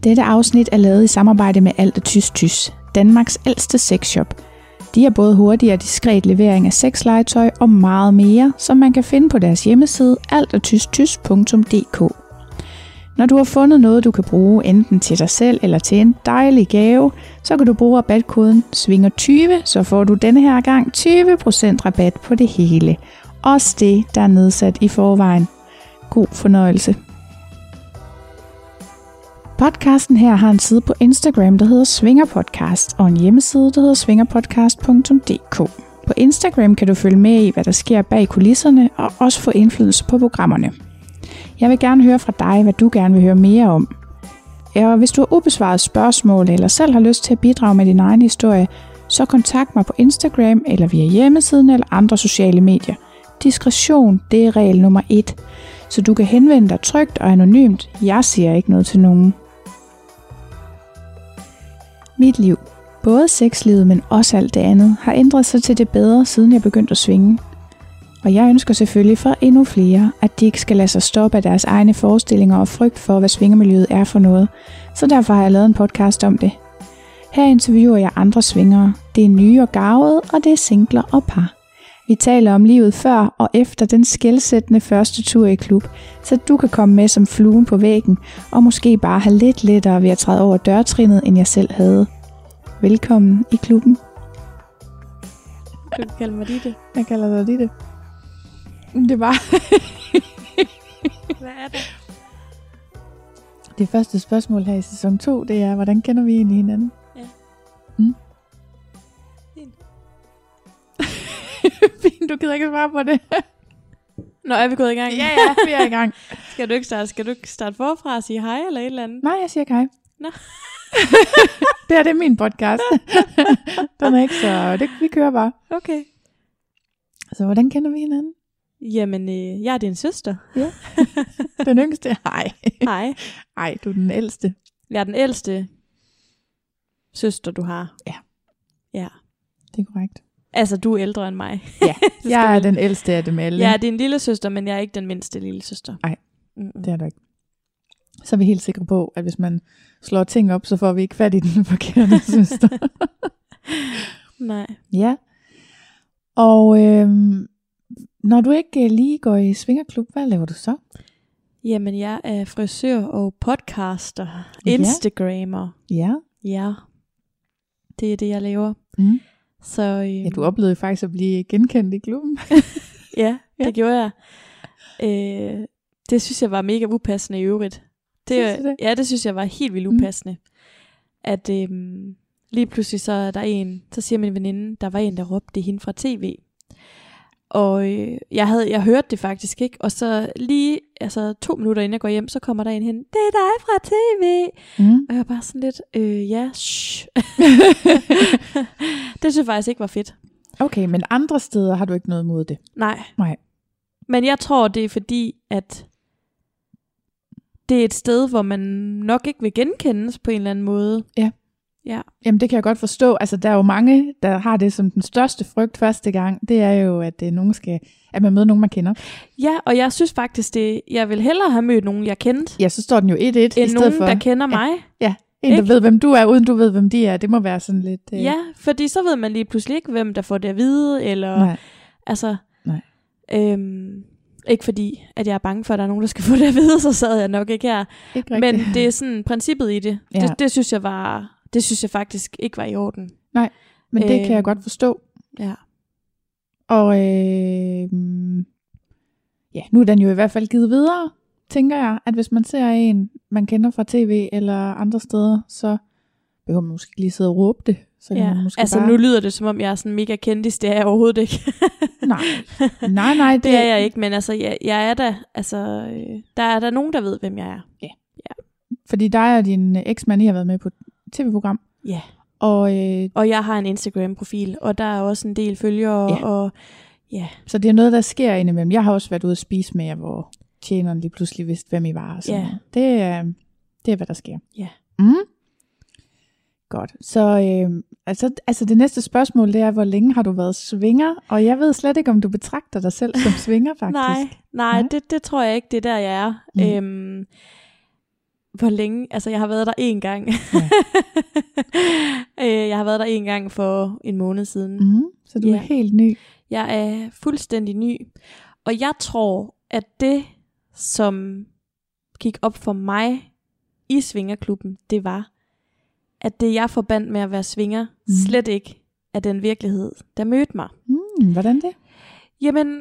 Dette afsnit er lavet i samarbejde med Alt er Tys, Danmarks ældste sexshop. De har både hurtig og diskret levering af sexlegetøj og meget mere, som man kan finde på deres hjemmeside altatystys.dk. Når du har fundet noget, du kan bruge enten til dig selv eller til en dejlig gave, så kan du bruge rabatkoden SVINGER20, så får du denne her gang 20% rabat på det hele. Også det, der er nedsat i forvejen. God fornøjelse. Podcasten her har en side på Instagram, der hedder Svingerpodcast, og en hjemmeside, der hedder svingerpodcast.dk. På Instagram kan du følge med i, hvad der sker bag kulisserne, og også få indflydelse på programmerne. Jeg vil gerne høre fra dig, hvad du gerne vil høre mere om. Og hvis du har ubesvaret spørgsmål, eller selv har lyst til at bidrage med din egen historie, så kontakt mig på Instagram, eller via hjemmesiden, eller andre sociale medier. Diskretion, det er regel nummer 1, så du kan henvende dig trygt og anonymt. Jeg siger ikke noget til nogen. Mit liv, både sexlivet, men også alt det andet, har ændret sig til det bedre, siden jeg begyndte at svinge. Og jeg ønsker selvfølgelig for endnu flere, at de ikke skal lade sig stoppe af deres egne forestillinger og frygt for, hvad svingermiljøet er for noget. Så derfor har jeg lavet en podcast om det. Her interviewer jeg andre svingere. Det er nye og garvede, og det er singler og par. Vi taler om livet før og efter den skelsættende første tur i klub, så du kan komme med som fluen på væggen, og måske bare have lidt lettere ved at træde over dørtrinnet, end jeg selv havde. Velkommen i klubben. Du kan kalde mig Ditte. Jeg kalder dig Ditte. Det var... Hvad er det? Det første spørgsmål her i sæson 2, det er, hvordan kender vi egentlig hinanden? Ja. Fint, du gider ikke svare på det. Nå, er vi gået i gang? Ja, vi er i gang. Skal du ikke starte forfra og sige hej eller et eller andet? Nej, jeg siger ikke hej. Nå. Det er min podcast. Den er ikke så... vi kører bare. Okay. Så hvordan kender vi hinanden? Jamen, jeg er din søster. Ja. Den yngste? Hej. Hej. Ej, du er den ældste. Jeg er den ældste søster, du har. Ja. Ja. Det er korrekt. Altså, du er ældre end mig. Ja, jeg er den ældste af dem alle. Jeg er din lille søster, men jeg er ikke den mindste lille søster. Nej, det er du ikke. Så er vi helt sikre på, at hvis man slår ting op, så får vi ikke fat i den forkerte søster. Nej. Ja. Og når du ikke lige går i svingerklub, hvad laver du så? Jamen, jeg er frisør og podcaster. Instagrammer. Ja. Ja. Det er det, jeg laver. Mm. Så, ja, du oplevede faktisk at blive genkendt i klubben. Ja, det gjorde jeg. Det synes jeg var mega upassende i øvrigt. Ja, det synes jeg var helt vildt upassende. At lige pludselig så er der en, så siger min veninde, der var en, der råbte, det hende fra tv. Og jeg hørte det faktisk ikke. Og så lige 2 minutter inden jeg går hjem, så kommer der en hen, det er dig fra tv. Og jeg var bare sådan lidt, ja, shh. Det synes jeg faktisk ikke var fedt. Okay, men andre steder har du ikke noget imod det? Nej. Nej. Men jeg tror, det er fordi, at det er et sted, hvor man nok ikke vil genkendes på en eller anden måde. Ja. Ja. Jamen det kan jeg godt forstå. Altså der er jo mange, der har det som den største frygt første gang. Det er jo, at at man møder nogen, man kender. Ja, og jeg synes faktisk, jeg vil hellere have mødt nogen, jeg kendte. Ja, så står den jo 1-1 i stedet for. End nogen, der kender mig. Ja, en der ved, hvem du er, uden du ved, hvem de er. Det må være sådan lidt... Ja, fordi så ved man lige pludselig ikke, hvem der får det at vide, eller... Nej. Altså... Nej. Ikke fordi, at jeg er bange for, at der er nogen, der skal få det at vide, så sad jeg nok ikke her. Ikke men det er sådan princippet i det. Ja. Det synes jeg var... Det synes jeg faktisk ikke var i orden. Nej, men det kan jeg godt forstå. Ja. Og nu er den jo i hvert fald givet videre, tænker jeg, at hvis man ser en, man kender fra tv eller andre steder, så behøver man måske lige sidde og råbe det. Så ja, man måske altså bare... nu lyder det, som om jeg er sådan mega kendis, det er jeg overhovedet ikke. Nej. Det er jeg ikke, men altså, jeg er der, altså, der er der nogen, der ved, hvem jeg er. Ja. Fordi dig og din eksmand, I har været med på tv-program. Ja. Og jeg har en Instagram-profil, og der er også en del følgere, og ja. Så det er noget, der sker indimellem. Jeg har også været ude at spise med jer, hvor tjeneren lige pludselig vidste, hvem I var. Og sådan noget. Det er, hvad der sker. Ja. Godt. Så altså det næste spørgsmål, det er, hvor længe har du været swinger? Og jeg ved slet ikke, om du betragter dig selv som swinger, faktisk. Nej, det tror jeg ikke, det er der, jeg er. hvor længe, altså jeg har været der 1 gang. Ja. Jeg har været der 1 gang for en måned siden. Så du er helt ny. Jeg er fuldstændig ny. Og jeg tror, at det, som gik op for mig i svingerklubben, det var, at det jeg forbandt med at være svinger, slet ikke er den virkelighed, der mødte mig. Hvordan det? Jamen,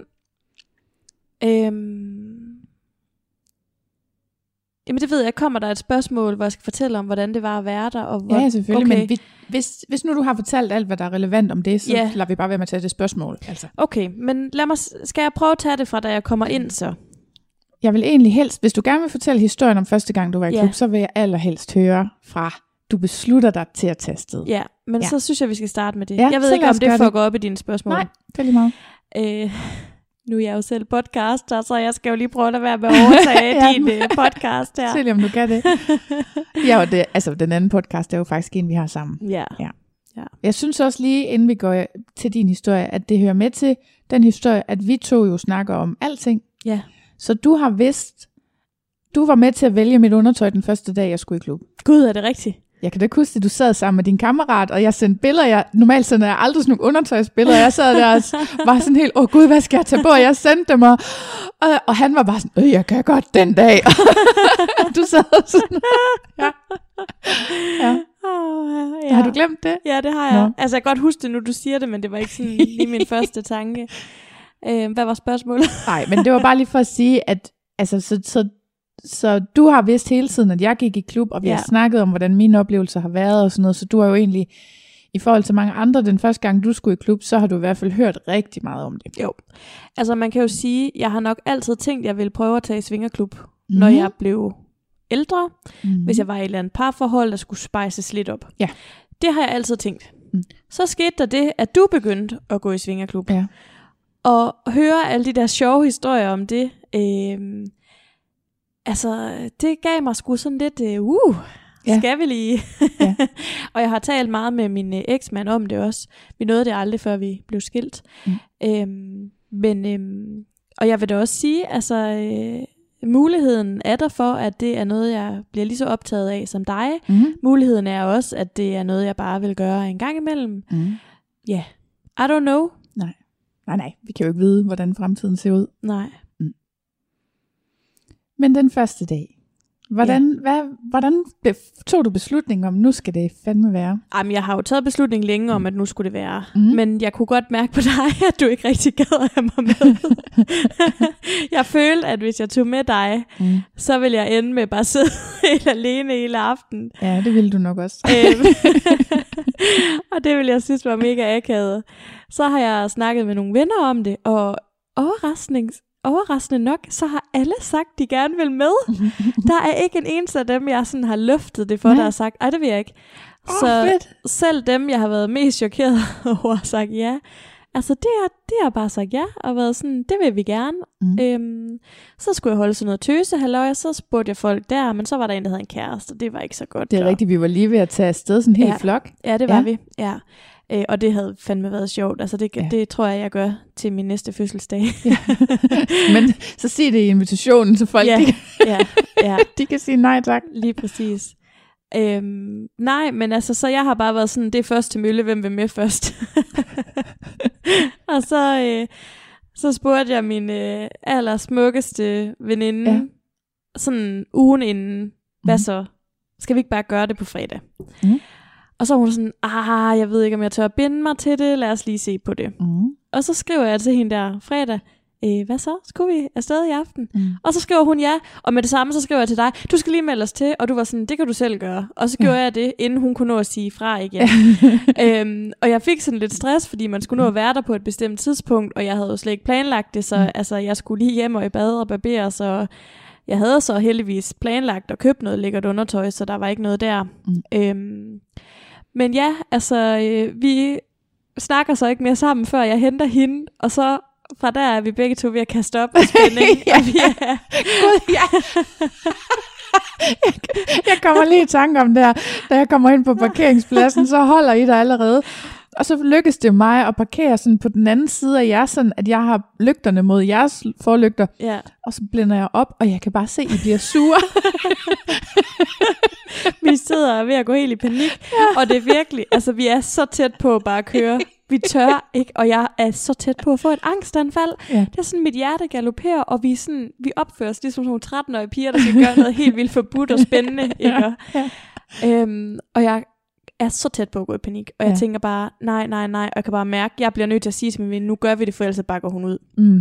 det ved jeg. Kommer der et spørgsmål, hvor jeg skal fortælle om, hvordan det var at være der? Og ja, selvfølgelig. Okay. Men hvis nu du har fortalt alt, hvad der er relevant om det, så lader vi bare være med at tage det spørgsmål. Altså. Okay, men skal jeg prøve at tage det fra, da jeg kommer ind så? Jeg vil egentlig helst, hvis du gerne vil fortælle historien om første gang, du var i klub, så vil jeg allerhelst høre fra, du beslutter dig til at tage afsted. Ja, men så synes jeg, vi skal starte med det. Ja, jeg ved ikke, om det fucker op i dine spørgsmål. Nej, det er lige meget. Nu er jeg jo selv podcaster, så jeg skal jo lige prøve at være med at overtage din podcast her. Selvom du kan det. Ja, og den anden podcast er jo faktisk en, vi har sammen. Ja. Jeg synes også lige, inden vi går til din historie, at det hører med til den historie, at vi to jo snakker om alting. Ja. Så du har vidst, du var med til at vælge mit undertøj den første dag, jeg skulle i klub. Gud, er det rigtigt? Jeg kan da ikke huske, at du sad sammen med din kammerat, og jeg sendte billeder. Normalt sender jeg aldrig sådan nogle undertøjsbilleder. Jeg sad der og var sådan helt, gud, hvad skal jeg tage på? Og jeg sendte dem, og han var bare sådan, jeg kan godt den dag. Du sad sådan. Ja. Har du glemt det? Ja, det har jeg. Nå. Altså, jeg kan godt huske det, nu du siger det, men det var ikke sådan lige min første tanke. Hvad var spørgsmålet? Nej, men det var bare lige for at sige, at altså, så du har vidst hele tiden, at jeg gik i klub, og vi har snakket om, hvordan mine oplevelser har været og sådan noget, så du har jo egentlig, i forhold til mange andre, den første gang du skulle i klub, så har du i hvert fald hørt rigtig meget om det. Jo, altså man kan jo sige, jeg har nok altid tænkt, at jeg ville prøve at tage i svingerklub, når jeg blev ældre, hvis jeg var i et eller andet parforhold, der skulle spices lidt op. Ja. Det har jeg altid tænkt. Så skete der det, at du begyndte at gå i svingerklub. Ja. Og høre alle de der sjove historier om det, altså, det gav mig sgu sådan lidt, skal vi lige? Ja. Og jeg har talt meget med min eksmand om det også. Vi nåede det aldrig, før vi blev skilt. Og jeg vil da også sige, altså, muligheden er der for, at det er noget, jeg bliver lige så optaget af som dig. Muligheden er også, at det er noget, jeg bare vil gøre en gang imellem. Ja, I don't know. Nej, vi kan jo ikke vide, hvordan fremtiden ser ud. Nej. Men den første dag, hvordan tog du beslutningen om, nu skal det fandme være? Jamen, jeg har jo taget beslutningen længe om, at nu skulle det være. Men jeg kunne godt mærke på dig, at du ikke rigtig gad at have mig med. Jeg følte, at hvis jeg tog med dig, så ville jeg ende med bare at sidde helt alene hele aftenen. Ja, det ville du nok også. Og det ville jeg synes var mega akavet. Så har jeg snakket med nogle venner om det, og overraskende nok, så har alle sagt, de gerne vil med. Der er ikke en eneste af dem, jeg sådan har løftet det for, der har sagt, det vil jeg ikke. Så fedt. Selv dem, jeg har været mest chokeret over, har sagt ja. Altså, det har bare sagt ja, og været sådan, det vil vi gerne. Så skulle jeg holde sådan noget tøsehalløj, så spurgte jeg folk der, men så var der en, der havde en kæreste, og det var ikke så godt. Det er rigtigt, vi var lige ved at tage afsted sådan en hel flok. Ja, det var vi, ja. Og det havde fandme været sjovt. Altså det tror jeg gør til min næste fødselsdag. Ja. Men så sig det i invitationen, så folk de kan sige nej tak. Lige præcis. Nej, men altså, så jeg har bare været sådan, det er først til mølle, hvem vil med først. Og så spurgte jeg min allersmukkeste veninde, sådan ugen inden, hvad så? Skal vi ikke bare gøre det på fredag? Og så var hun sådan, jeg ved ikke, om jeg tør at binde mig til det, lad os lige se på det. Og så skriver jeg til hende der fredag, hvad så? Skulle vi afsted i aften? Og så skriver hun ja, og med det samme, så skriver jeg til dig, du skal lige melde os til, og du var sådan, det kan du selv gøre. Og så gjorde jeg det, inden hun kunne nå at sige fra igen. Og jeg fik sådan lidt stress, fordi man skulle nå at være der på et bestemt tidspunkt, og jeg havde jo slet ikke planlagt det, så altså, jeg skulle lige hjem og i bad og barbere, så jeg havde så heldigvis planlagt og købt noget lækkert undertøj, så der var ikke noget der. Men ja, altså, vi snakker så ikke mere sammen, før jeg henter hende, og så fra der er vi begge to ved at kaste op af spænding. Jeg kommer lige i tanke om der, da jeg kommer ind på parkeringspladsen, så holder I der allerede. Og så lykkes det mig at parkere sådan på den anden side af jer, sådan at jeg har lygterne mod jeres forlygter. Ja. Og så blænder jeg op, og jeg kan bare se, at I bliver sure. Vi sidder ved at gå helt i panik, og det er virkelig, altså vi er så tæt på bare at køre. Vi tør ikke, og jeg er så tæt på at få et angstanfald. Ja. Det er sådan, mit hjerte galopperer, og vi opfører os ligesom sådan nogle 13-årige piger, der skal gøre noget helt vildt forbudt og spændende. Ikke? Ja. Og jeg er så tæt på at gå i panik, og jeg tænker bare, nej, og jeg kan bare mærke, jeg bliver nødt til at sige til min ven, nu gør vi det, for ellers bakker hun ud.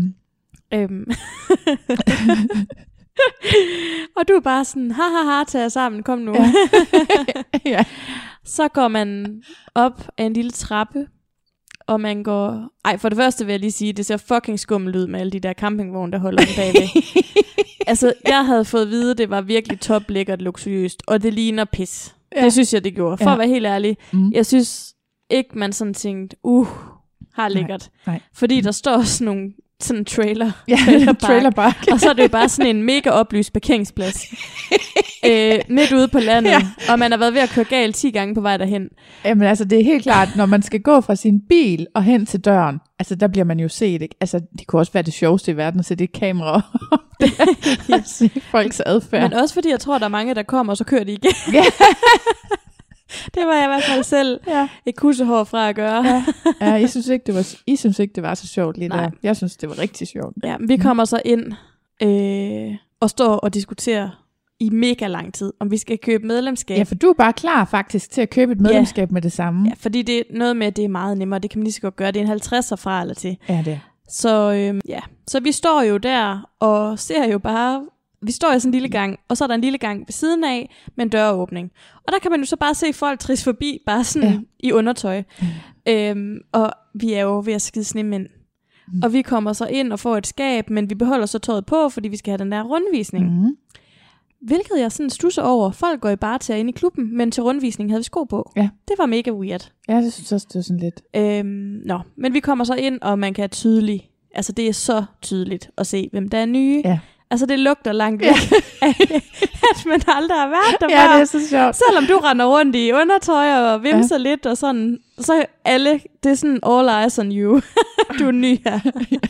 Og du er bare sådan, ha, tag jer sammen, kom nu. Ja. Så går man op ad en lille trappe, og man går... for det første vil jeg lige sige, det ser fucking skummelt ud med alle de der campingvogne, der holder den bagved. Altså, jeg havde fået at vide, det var virkelig toplækkert, luksuriøst, og det ligner pis. Ja. Det synes jeg, det gjorde. For at være helt ærlig, jeg synes ikke, man sådan tænkte, har lækkert. Nej. Fordi der står sådan en trailer. Ja, trailerpark. Og så er det jo bare sådan en mega oplyst parkeringsplads. Midt ude på landet. Ja. Og man har været ved at køre galt 10 gange på vej derhen. Jamen altså, det er helt klart, når man skal gå fra sin bil og hen til døren, altså der bliver man jo set, ikke? Altså, det kunne også være det sjoveste i verden at sætte et kamera op. Det folks adfærd. Men også fordi jeg tror, der er mange, der kommer, og så kører de igen. Ja. Det var jeg i hvert fald selv et kussehår fra at gøre. Ja, I synes ikke, det var så sjovt lige der. Jeg synes, det var rigtig sjovt. Ja, vi kommer så ind og står og diskuterer i mega lang tid, om vi skal købe medlemskab. Ja, for du er bare klar faktisk til at købe et medlemskab med det samme. Ja, fordi det er noget med, at det er meget nemmere. Det kan man lige så godt gøre. Det er en 50'er fra eller til. Ja, det er. Så vi står jo der og ser jo bare... Vi står i sådan en lille gang, og så er der en lille gang ved siden af med en døråbning. Og der kan man jo så bare se folk trisse forbi, bare sådan i undertøj. Og vi er jo ved at skide snemænd. Og vi kommer så ind og får et skab, men vi beholder så tøjet på, fordi vi skal have den der rundvisning. Hvilket jeg sådan stusser over. Folk går i bare til ind i klubben, men til rundvisning havde vi sko på. Ja. Det var mega weird. Ja, det synes jeg også, det var sådan lidt. Men vi kommer så ind, og man kan tydeligt, altså det er så tydeligt at se, hvem der er nye. Ja. Altså det lugter langt væk, at man aldrig har været der. Ja, det er så sjovt. Selvom du render rundt i undertøj og vimser lidt og sådan, så alle, det er sådan all eyes on you. Du er ny her.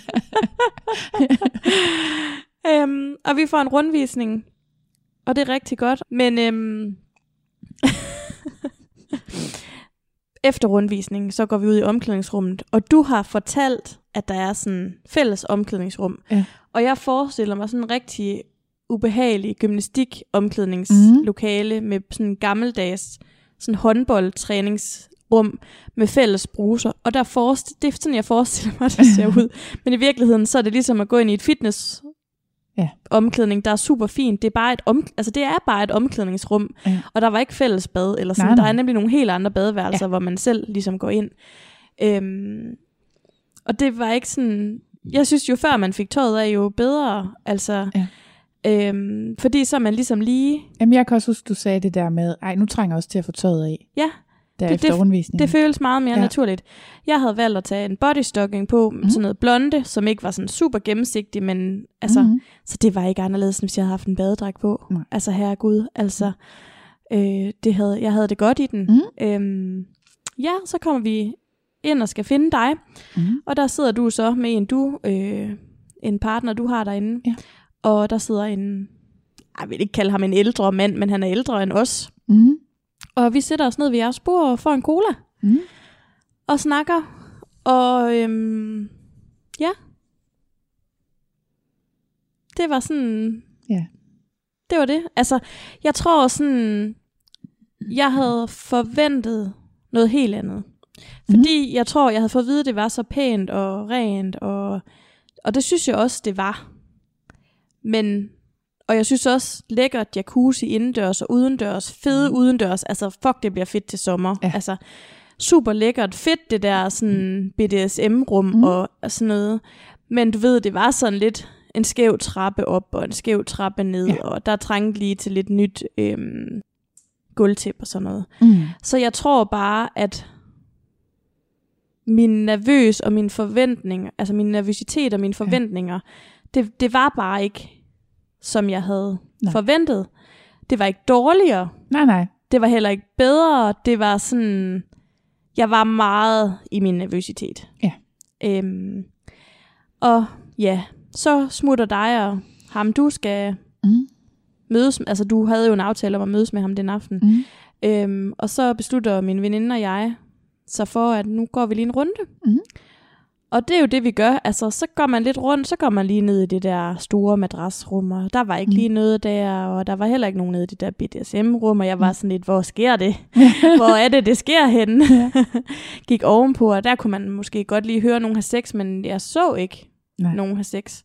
Og vi får en rundvisning, og det er rigtig godt. Men efter rundvisningen, så går vi ud i omklædningsrummet, og du har fortalt, at der er sådan fælles omklædningsrum. Ja. Og jeg forestiller mig sådan en rigtig ubehagelig gymnastik-omklædningslokale med sådan en gammeldags sådan håndboldtræningsrum med fælles bruser. Og det er sådan, jeg forestiller mig, det ser ud. Men i virkeligheden, så er det ligesom at gå ind i et fitness omklædning, der er super fint. Det er bare et omklædningsrum, og der var ikke fælles bad eller sådan. Nej. Der er nemlig nogle helt andre badeværelser, hvor man selv ligesom går ind. Og det var ikke sådan... Jeg synes jo, før man fik tøjet af, jo bedre. Altså, fordi så er man ligesom lige... Jamen, jeg kan også huske, du sagde det der med, nu trænger jeg også til at få tøjet af. Ja. Efter rundvisningen. Det føles meget mere naturligt. Jeg havde valgt at tage en bodystocking på, sådan noget blonde, som ikke var sådan super gennemsigtig, men altså, så det var ikke anderledes, hvis jeg havde haft en badedragt på. Altså, herregud, altså, jeg havde det godt i den. Så kommer vi ind og skal finde dig, og der sidder du så med en partner, du har derinde, og der sidder jeg vil ikke kalde ham en ældre mand, men han er ældre end os. Og vi sætter os ned ved jeres bord og får en cola. Og snakker. Og det var sådan... Ja. Det var det. Altså, jeg tror sådan... Jeg havde forventet noget helt andet. Fordi jeg tror, jeg havde fået at vide, at det var så pænt og rent. Og det synes jeg også, det var. Og jeg synes også, lækkert jacuzzi indendørs og udendørs. Fede udendørs. Altså, fuck, det bliver fedt til sommer. Ja. Altså, super lækkert. Fedt, det der sådan BDSM-rum og sådan noget. Men du ved, det var sådan lidt en skæv trappe op og en skæv trappe ned. Og der trængte lige til lidt nyt gulvtæp og sådan noget. Så jeg tror bare, at min nervøs og mine forventninger, altså min nervøsitet og mine forventninger, det var bare ikke, som jeg havde forventet. Det var ikke dårligere. Nej. Det var heller ikke bedre. Det var sådan... jeg var meget i min nervøsitet. Ja. Og ja, så smutter dig og ham, du skal mødes, altså du havde jo en aftale om at mødes med ham den aften. Og så beslutter min veninde og jeg så for, at nu går vi lige en runde. Og det er jo det, vi gør. Altså, så går man lidt rundt, så går man lige ned i det der store madrasrum, og der var ikke lige noget der, og der var heller ikke nogen nede i det der BDSM-rum, og jeg var sådan lidt, hvor sker det? Hvor er det sker henne? Gik ovenpå, og der kunne man måske godt lige høre nogen have sex, men jeg så ikke nogen have sex.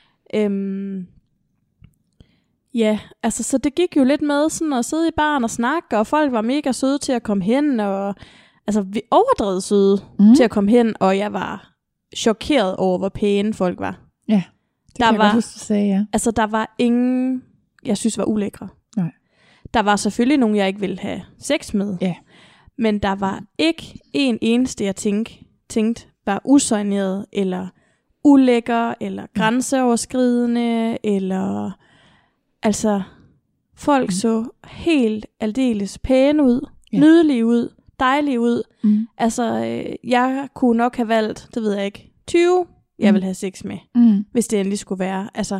Ja, altså, så det gik jo lidt med sådan at sidde i baren og snakke, og folk var mega søde til at komme hen, og altså, vi overdrevet søde til at komme hen, og jeg var chokeret over, hvor pæne folk var. Ja, det der kan jeg godt huske, du sagde, ja. Altså, der var ingen, jeg synes var ulækre. Nej. Der var selvfølgelig nogen, jeg ikke ville have sex med. Ja. Men der var ikke en eneste, jeg tænkte var usøjneret, eller ulækker, eller grænseoverskridende, eller altså, folk så helt aldeles pæne ud, nydelige ud, dejlige ud. Altså, jeg kunne nok have valgt, det ved jeg ikke, 20, jeg vil have sex med, hvis det endelig skulle være. Altså,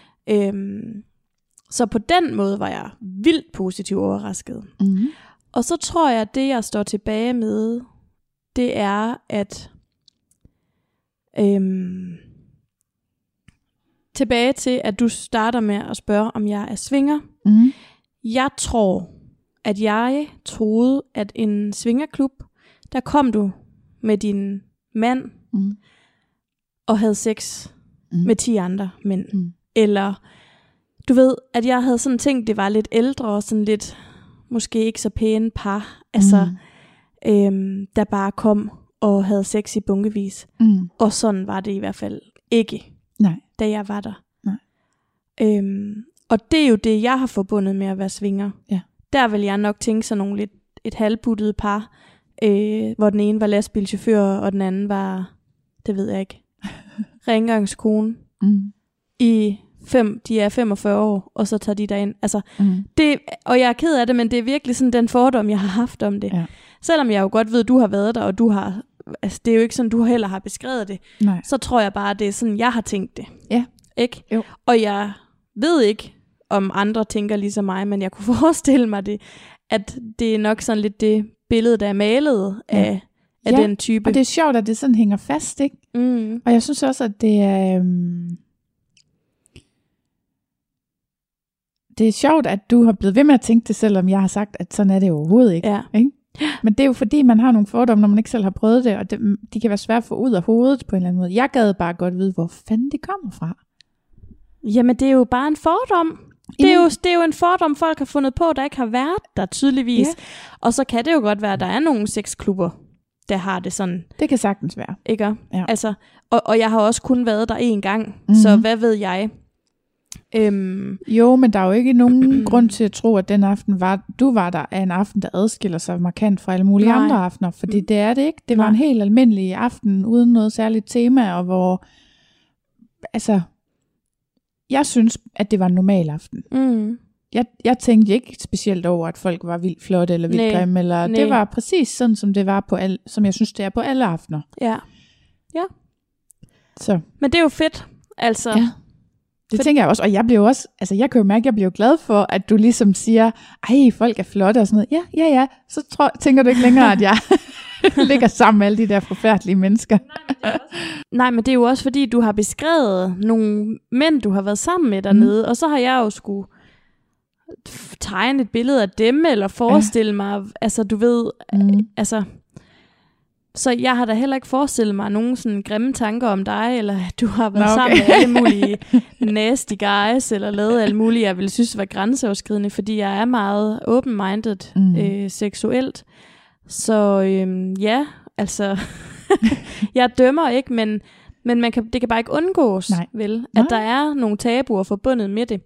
så på den måde var jeg vildt positivt overrasket. Og så tror jeg, at det jeg står tilbage med, det er, at tilbage til, at du starter med at spørge, om jeg er swinger. Jeg tror, at jeg troede, at en swingerklub, der kom du med din mand og havde sex med 10 andre mænd. Eller du ved, at jeg havde sådan tænkt, det var lidt ældre og sådan lidt måske ikke så pæne par, altså der bare kom og havde sex i bunkevis. Og sådan var det i hvert fald ikke, da jeg var der. Og det er jo det, jeg har forbundet med at være swinger. Ja. Der vil jeg nok tænke sådan nogle lidt et halvbuttet par, hvor den ene var lastbilchauffør, og den anden var, det ved jeg ikke, rengøringskone. De er 45 år, og så tager de derind. Altså, det, og jeg er ked af det, men det er virkelig sådan den fordom, jeg har haft om det. Ja. Selvom jeg jo godt ved, at du har været der, og du har, altså det er jo ikke sådan, du heller har beskrevet det. Nej. Så tror jeg bare, det er sådan, jeg har tænkt det. Ja. Ikke? Jo. Og jeg ved ikke, om andre tænker ligesom mig, men jeg kunne forestille mig det, at det er nok sådan lidt det billede, der er malet af den type. Og det er sjovt, at det sådan hænger fast, ikke? Og jeg synes også, at det er... Det er sjovt, at du har blevet ved med at tænke det, selvom jeg har sagt, at sådan er det overhovedet ikke. Ja. Ikke? Men det er jo fordi, man har nogle fordomme, når man ikke selv har prøvet det, og de kan være svære at få ud af hovedet på en eller anden måde. Jeg gad bare godt vide, hvor fanden det kommer fra. Jamen, det er jo bare en fordom. Det er jo en fordom, folk har fundet på, der ikke har været der tydeligvis. Ja. Og så kan det jo godt være, at der er nogle sexklubber, der har det sådan. Det kan sagtens være. Ikke? Ja. Altså, og jeg har også kun været der én gang, så hvad ved jeg? Jo, men der er jo ikke nogen grund til at tro, at den aften, du var der, er en aften, der adskiller sig markant fra alle mulige andre aftener. Fordi det er det ikke. Det var en helt almindelig aften, uden noget særligt tema, og hvor, altså, jeg synes, at det var en normal aften. Jeg tænkte ikke specielt over, at folk var vildt flotte, eller vildt grimme, eller det var præcis sådan, som det var som jeg synes, det er på alle aftener. Ja. Så. Men det er jo fedt, altså. Ja. Det tænker jeg også, og jeg blev også, altså jeg kan jo mærke, at jeg blev glad for, at du ligesom siger, ej, folk er flotte og sådan noget. Ja, så tænker du ikke længere, at jeg ligger sammen med alle de der forfærdelige mennesker. Nej, men det er jo også fordi, du har beskrevet nogle mænd, du har været sammen med dernede, og så har jeg jo skulle tegne et billede af dem, eller forestille mig, altså du ved, altså... Så jeg har da heller ikke forestillet mig nogen sådan grimme tanker om dig, eller at du har været sammen med alle mulige nasty guys, eller lavet alle mulige, jeg ville synes var grænseoverskridende, fordi jeg er meget open-minded seksuelt. Så ja, altså, jeg dømmer ikke, men det kan bare ikke undgås, vel? At der er nogle tabuer forbundet med det.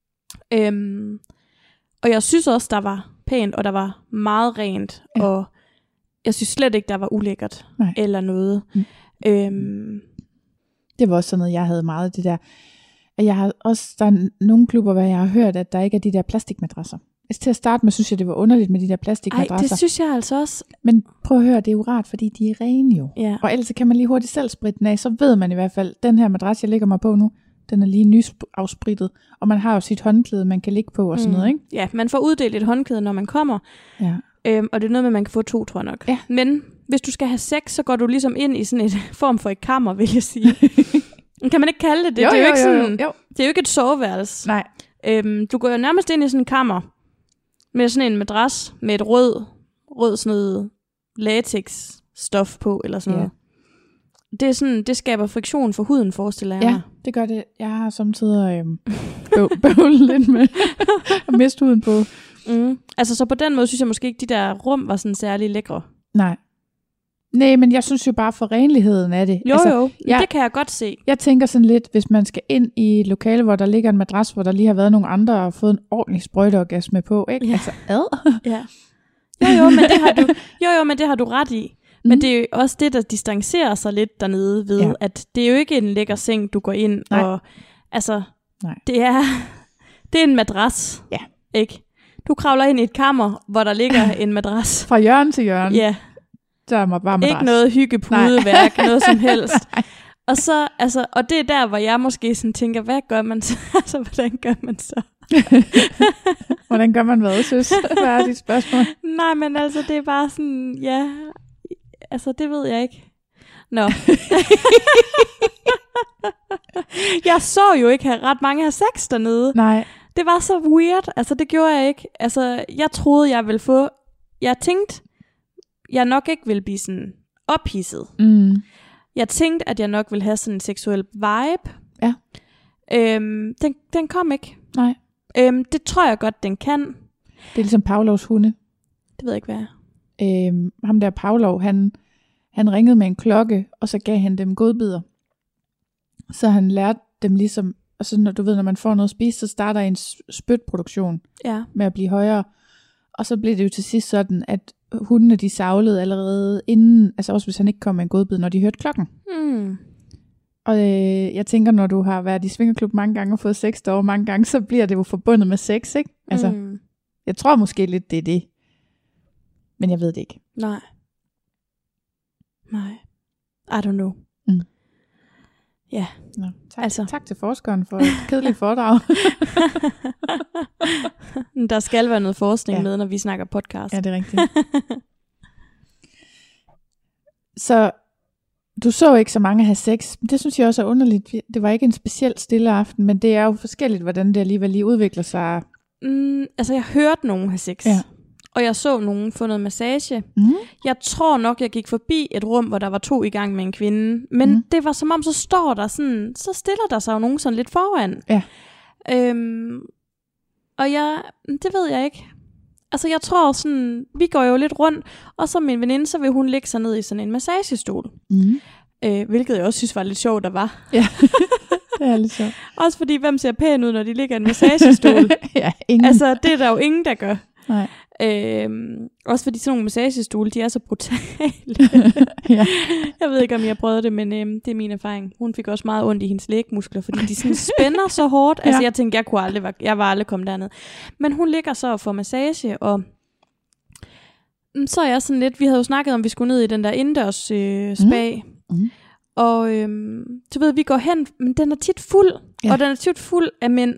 Og jeg synes også, der var pænt, og der var meget rent, og jeg synes slet ikke, der var ulækkert eller noget. Det var også sådan noget, jeg havde meget det der. Jeg har også, der er nogle klubber, hvor jeg har hørt, at der ikke er de der plastikmadrasser. Altså til at starte med, synes jeg, det var underligt med de der plastikmadrasser. Ej, det synes jeg altså også. Men prøv at høre, det er jo rart, fordi de er rene jo. Ja. Og ellers kan man lige hurtigt selv spritte den af, så ved man i hvert fald, den her madras, jeg ligger mig på nu, den er lige nyafsprittet. Og man har jo sit håndklæde, man kan ligge på og sådan noget, ikke? Ja, man får uddelt et håndklæde, når man kommer. Ja. Og det er noget med, at man kan få 2, tror jeg nok. Ja. Men hvis du skal have sex, så går du ligesom ind i sådan et form for et kammer, vil jeg sige. Kan man ikke kalde det det? Jo, det er jo ikke sådan, det er jo ikke et soveværelse. Nej. Du går jo nærmest ind i sådan en kammer med sådan en madras med et rød sådan noget latex stof på eller sådan noget. Det er sådan, det skaber friktion for huden, forestiller jeg mig. Ja, det gør det. Jeg har samtidig bøvlet lidt med at miste huden på. Altså så på den måde synes jeg måske ikke, de der rum var sådan særlig lækre. Nej, men jeg synes jo bare for renligheden af det. Jo, det kan jeg godt se. Jeg tænker sådan lidt, hvis man skal ind i et lokale, hvor der ligger en madras, hvor der lige har været nogle andre og fået en ordentlig sprøjteorgasme på, ikke? Ja. Altså, Ja. Men det har du ret i. Men det er jo også det, der distancerer sig lidt dernede ved, at det er jo ikke en lækker seng, du går ind og... Altså, det er en madras, ikke? Du kravler ind i et kammer, hvor der ligger en madras. Fra hjørne til hjørne. Ja. Der må bare madras. Ikke noget hyggepudeværk, noget som helst. Og så, altså, og det er der, hvor jeg måske sådan tænker, hvad gør man så? Altså, hvordan gør man så? Hvordan gør man hvad, søs? Hvad er dit spørgsmål? Nej, men altså, det er bare sådan, altså, det ved jeg ikke. Nå. Jeg så jo ikke have ret mange have sex dernede. Nej. Det var så weird. Altså, det gjorde jeg ikke. Altså, jeg troede, jeg ville få... Jeg tænkte, jeg nok ikke ville blive sådan ophidset. Jeg tænkte, at jeg nok ville have sådan en seksuel vibe. Ja. Den kom ikke. Nej. Det tror jeg godt, den kan. Det er ligesom Pavlovs hunde. Det ved jeg ikke, hvad er. Ham der Pavlov, han ringede med en klokke, og så gav han dem godbidder. Så han lærte dem ligesom, og så når man får noget at spise, så starter en spytproduktion med at blive højere. Og så blev det jo til sidst sådan, at hundene de savlede allerede inden, altså også hvis han ikke kom med en godbid, når de hørte klokken. Og jeg tænker, når du har været i svingerklub mange gange og fået sex derovre mange gange, så bliver det jo forbundet med sex, ikke? Altså, jeg tror måske lidt, det er det. Men jeg ved det ikke. Nej. I don't know. Ja. Nå, tak til forskeren for et kedeligt foredrag. Der skal være noget forskning med, når vi snakker podcast. Ja, det er rigtigt. Så du så ikke så mange have sex. Det synes jeg også er underligt. Det var ikke en specielt stille aften, men det er jo forskelligt, hvordan det alligevel lige udvikler sig. Altså, jeg hørte nogen have sex. Ja. Og jeg så nogen få noget massage. Jeg tror nok, jeg gik forbi et rum, hvor der var 2 i gang med en kvinde. Men det var som om, så står der sådan, så stiller der sig jo nogen sådan lidt foran. Ja. Og det ved jeg ikke. Altså jeg tror sådan, vi går jo lidt rundt, og så min veninde, så vil hun lægge sig ned i sådan en massagestol. Hvilket jeg også synes var lidt sjovt, der var. Ja, det er lidt sjovt. Også fordi, hvem ser pæn ud, når de ligger i en massagestol? Ja, ingen. Altså det er der jo ingen, der gør. Nej. Også fordi sådan nogle massagestole, de er så brutale. Ja. Jeg ved ikke, om jeg har prøvet det, men det er min erfaring. Hun fik også meget ondt i hendes lægmuskler, fordi de sådan spænder så hårdt. Altså jeg tænkte, jeg var aldrig kommet derned. Men hun ligger så og får massage, og så er jeg sådan lidt, vi havde jo snakket om, vi skulle ned i den der indendørs spa. Og så ved vi går hen, men den er tit fuld, og den er tit fuld af mænd.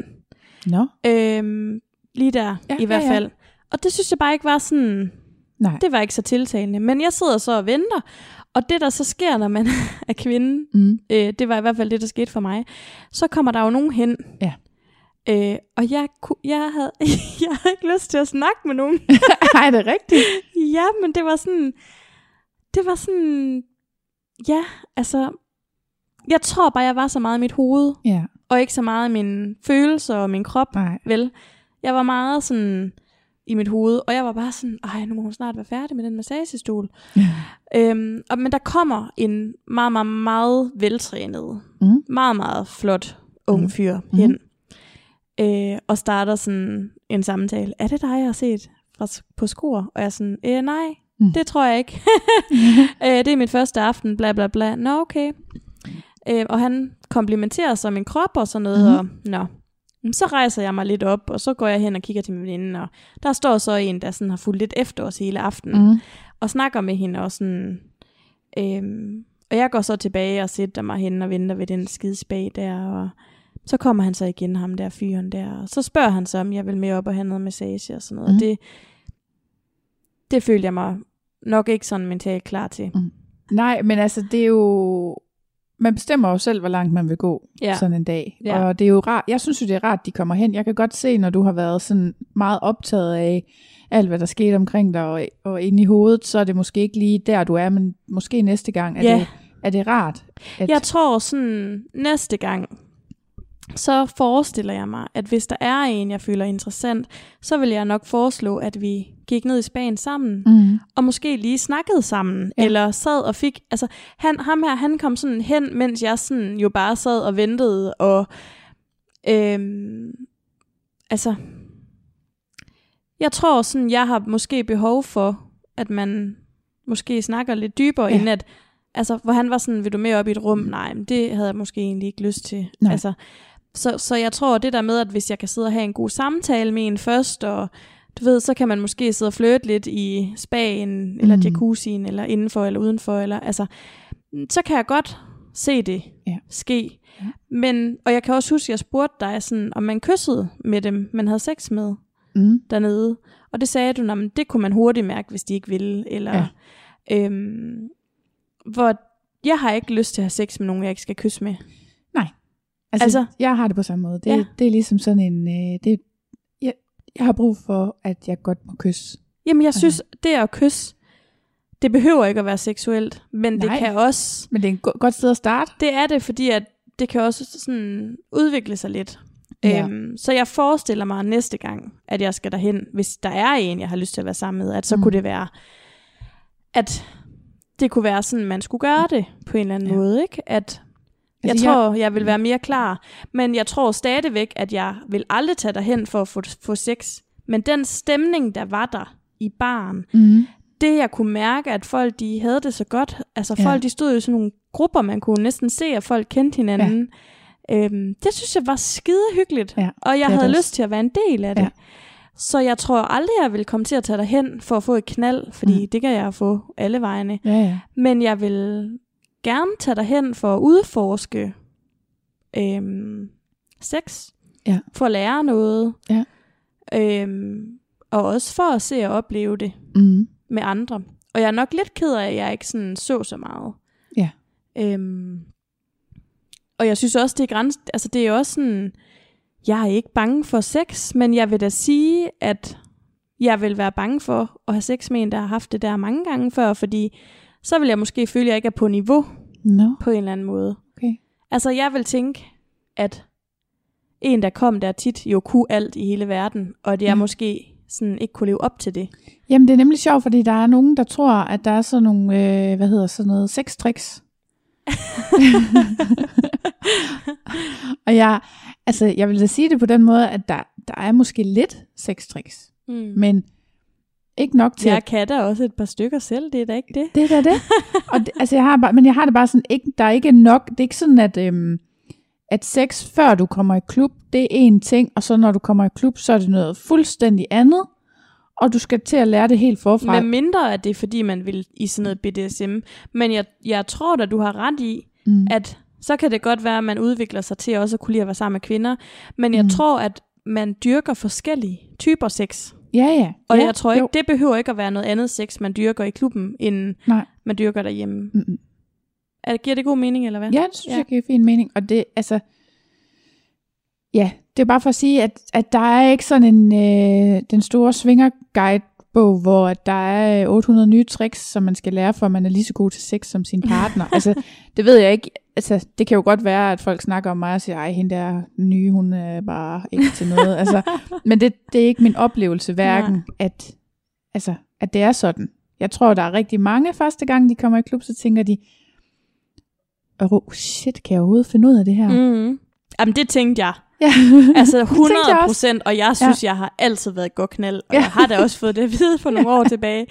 Lige der i hvert fald. Og det synes jeg bare ikke var sådan... Nej. Det var ikke så tiltalende. Men jeg sidder så og venter. Og det, der så sker, når man er kvinde, det var i hvert fald det, der skete for mig. Så kommer der jo nogen hen. Ja. Og jeg havde ikke lyst til at snakke med nogen. Nej, det er rigtigt. Ja, men det var sådan... Ja, altså... Jeg tror bare, jeg var så meget i mit hoved. Ja. Og ikke så meget i mine følelser og min krop. Nej. Vel? Jeg var meget sådan... i mit hoved, og jeg var bare sådan, nu må hun snart være færdig med den massagestol. Men der kommer en meget, meget, meget veltrænet, meget, meget flot ung fyr hen, og starter sådan en samtale. Er det dig, jeg har set på Skor? Og jeg er sådan, nej, det tror jeg ikke. Det er mit første aften, bla bla bla. Nå, okay. Og han komplimenterer sig min krop og sådan noget, og Så rejser jeg mig lidt op, og så går jeg hen og kigger til min veninde, og der står så en, der sådan har fulgt lidt efter os hele aftenen, og snakker med hende, og sådan, og jeg går så tilbage og sætter mig hen og venter ved den skide spag der, og så kommer han så igen, ham der fyren der, og så spørger han så, om jeg vil med op og have noget massage og sådan noget, og det følte jeg mig nok ikke sådan mentalt klar til. Nej, men altså, det er jo, man bestemmer jo selv, hvor langt man vil gå sådan en dag, og det er jo rart, jeg synes jo, det er rart, de kommer hen. Jeg kan godt se, når du har været sådan meget optaget af alt, hvad der skete omkring dig, og inde i hovedet, så er det måske ikke lige der, du er, men måske næste gang er det rart. Jeg tror sådan, næste gang, så forestiller jeg mig, at hvis der er en, jeg føler interessant, så vil jeg nok foreslå, at vi gik ned i Spanien sammen, og måske lige snakkede sammen, eller sad og fik, altså han kom sådan hen, mens jeg sådan jo bare sad og ventede, og altså, jeg tror sådan, jeg har måske behov for, at man måske snakker lidt dybere, inden at, altså, hvor han var sådan, vil du med op i et rum? Nej, men det havde jeg måske egentlig ikke lyst til. Nej. Altså, så jeg tror, det der med, at hvis jeg kan sidde og have en god samtale med en først, og du ved, så kan man måske sidde og flirte lidt i spaen, eller jacuzzien, eller indenfor, eller udenfor, eller altså, så kan jeg godt se det ske. Ja. Men, og jeg kan også huske, at jeg spurgte dig, sådan, om man kyssede med dem, man havde sex med dernede. Og det sagde du, men det kunne man hurtigt mærke, hvis de ikke ville. Eller, hvor jeg har ikke lyst til at have sex med nogen, jeg ikke skal kysse med. Nej. Altså, jeg har det på samme måde. Det er ligesom sådan en... jeg har brug for, at jeg godt må kysse. Jamen, jeg synes, det at kysse, det behøver ikke at være seksuelt, men det kan også... Men det er et godt sted at starte. Det er det, fordi at det kan også sådan udvikle sig lidt. Ja. Så jeg forestiller mig næste gang, at jeg skal derhen, hvis der er en, jeg har lyst til at være sammen med, at så kunne det være, at det kunne være sådan, man skulle gøre det på en eller anden måde, ikke? At jeg tror, jeg vil være mere klar, men jeg tror stadigvæk, at jeg vil aldrig tage derhen for at få sex. Men den stemning, der var der i baren, det jeg kunne mærke, at folk de havde det så godt. Altså folk de stod i sådan nogle grupper, man kunne næsten se, at folk kendte hinanden. Det synes jeg var skide hyggeligt, og jeg havde lyst til at være en del af det. Så jeg tror aldrig, jeg vil komme til at tage derhen for at få et knald, fordi det kan jeg få alle vejene. Men jeg vil gerne tage derhen for at udforske sex, for at lære noget, og også for at se og opleve det med andre. Og jeg er nok lidt ked af, at jeg ikke sådan så meget. Og jeg synes også, det er altså det er også sådan, jeg er ikke bange for sex, men jeg vil da sige, at jeg vil være bange for at have sex med en, der har haft det der mange gange før, fordi så vil jeg måske føle, at jeg ikke er på niveau på en eller anden måde. Okay. Altså jeg vil tænke, at en, der kom der tit, jo kunne alt i hele verden, og at jeg måske sådan ikke kunne leve op til det. Jamen det er nemlig sjovt, fordi der er nogen, der tror, at der er sådan nogle, sådan noget sextricks. Og jeg vil da sige det på den måde, at der er måske lidt sextricks, men ikke nok til. Jeg kan da også et par stykker selv, det er da ikke det. Det er da det. Og altså jeg har det bare sådan, ikke, der er ikke nok, det er ikke sådan, at sex før du kommer i klub, det er en ting, og så når du kommer i klub, så er det noget fuldstændig andet, og du skal til at lære det helt forfra. Med mindre at det er fordi, man vil i sådan noget BDSM. Men jeg tror da, du har ret i, at så kan det godt være, at man udvikler sig til også at kunne lide at være sammen med kvinder. Men jeg tror, at man dyrker forskellige typer sex. Ja. Og jeg tror ikke, det behøver ikke at være noget andet sex, man dyrker i klubben, end man dyrker derhjemme. Giver det god mening, eller hvad? Ja, det synes jeg giver fin mening. Og det, altså... Ja, det er bare for at sige, at der er ikke sådan en den store svingerguidebog, hvor der er 800 nye tricks, som man skal lære for, at man er lige så god til sex som sin partner. Altså, det ved jeg ikke. Altså, det kan jo godt være, at folk snakker om mig og siger, ej, hende der nye, hun er bare ikke til noget. Altså, men det er ikke min oplevelse, hverken, at det er sådan. Jeg tror, der er rigtig mange første gang, de kommer i klub, så tænker de, shit, kan jeg overhovedet finde ud af det her? Jamen, det tænkte jeg. Ja. Altså 100%, og jeg synes, jeg har altid været godt knald, og jeg har da også fået det at vide for nogle år tilbage.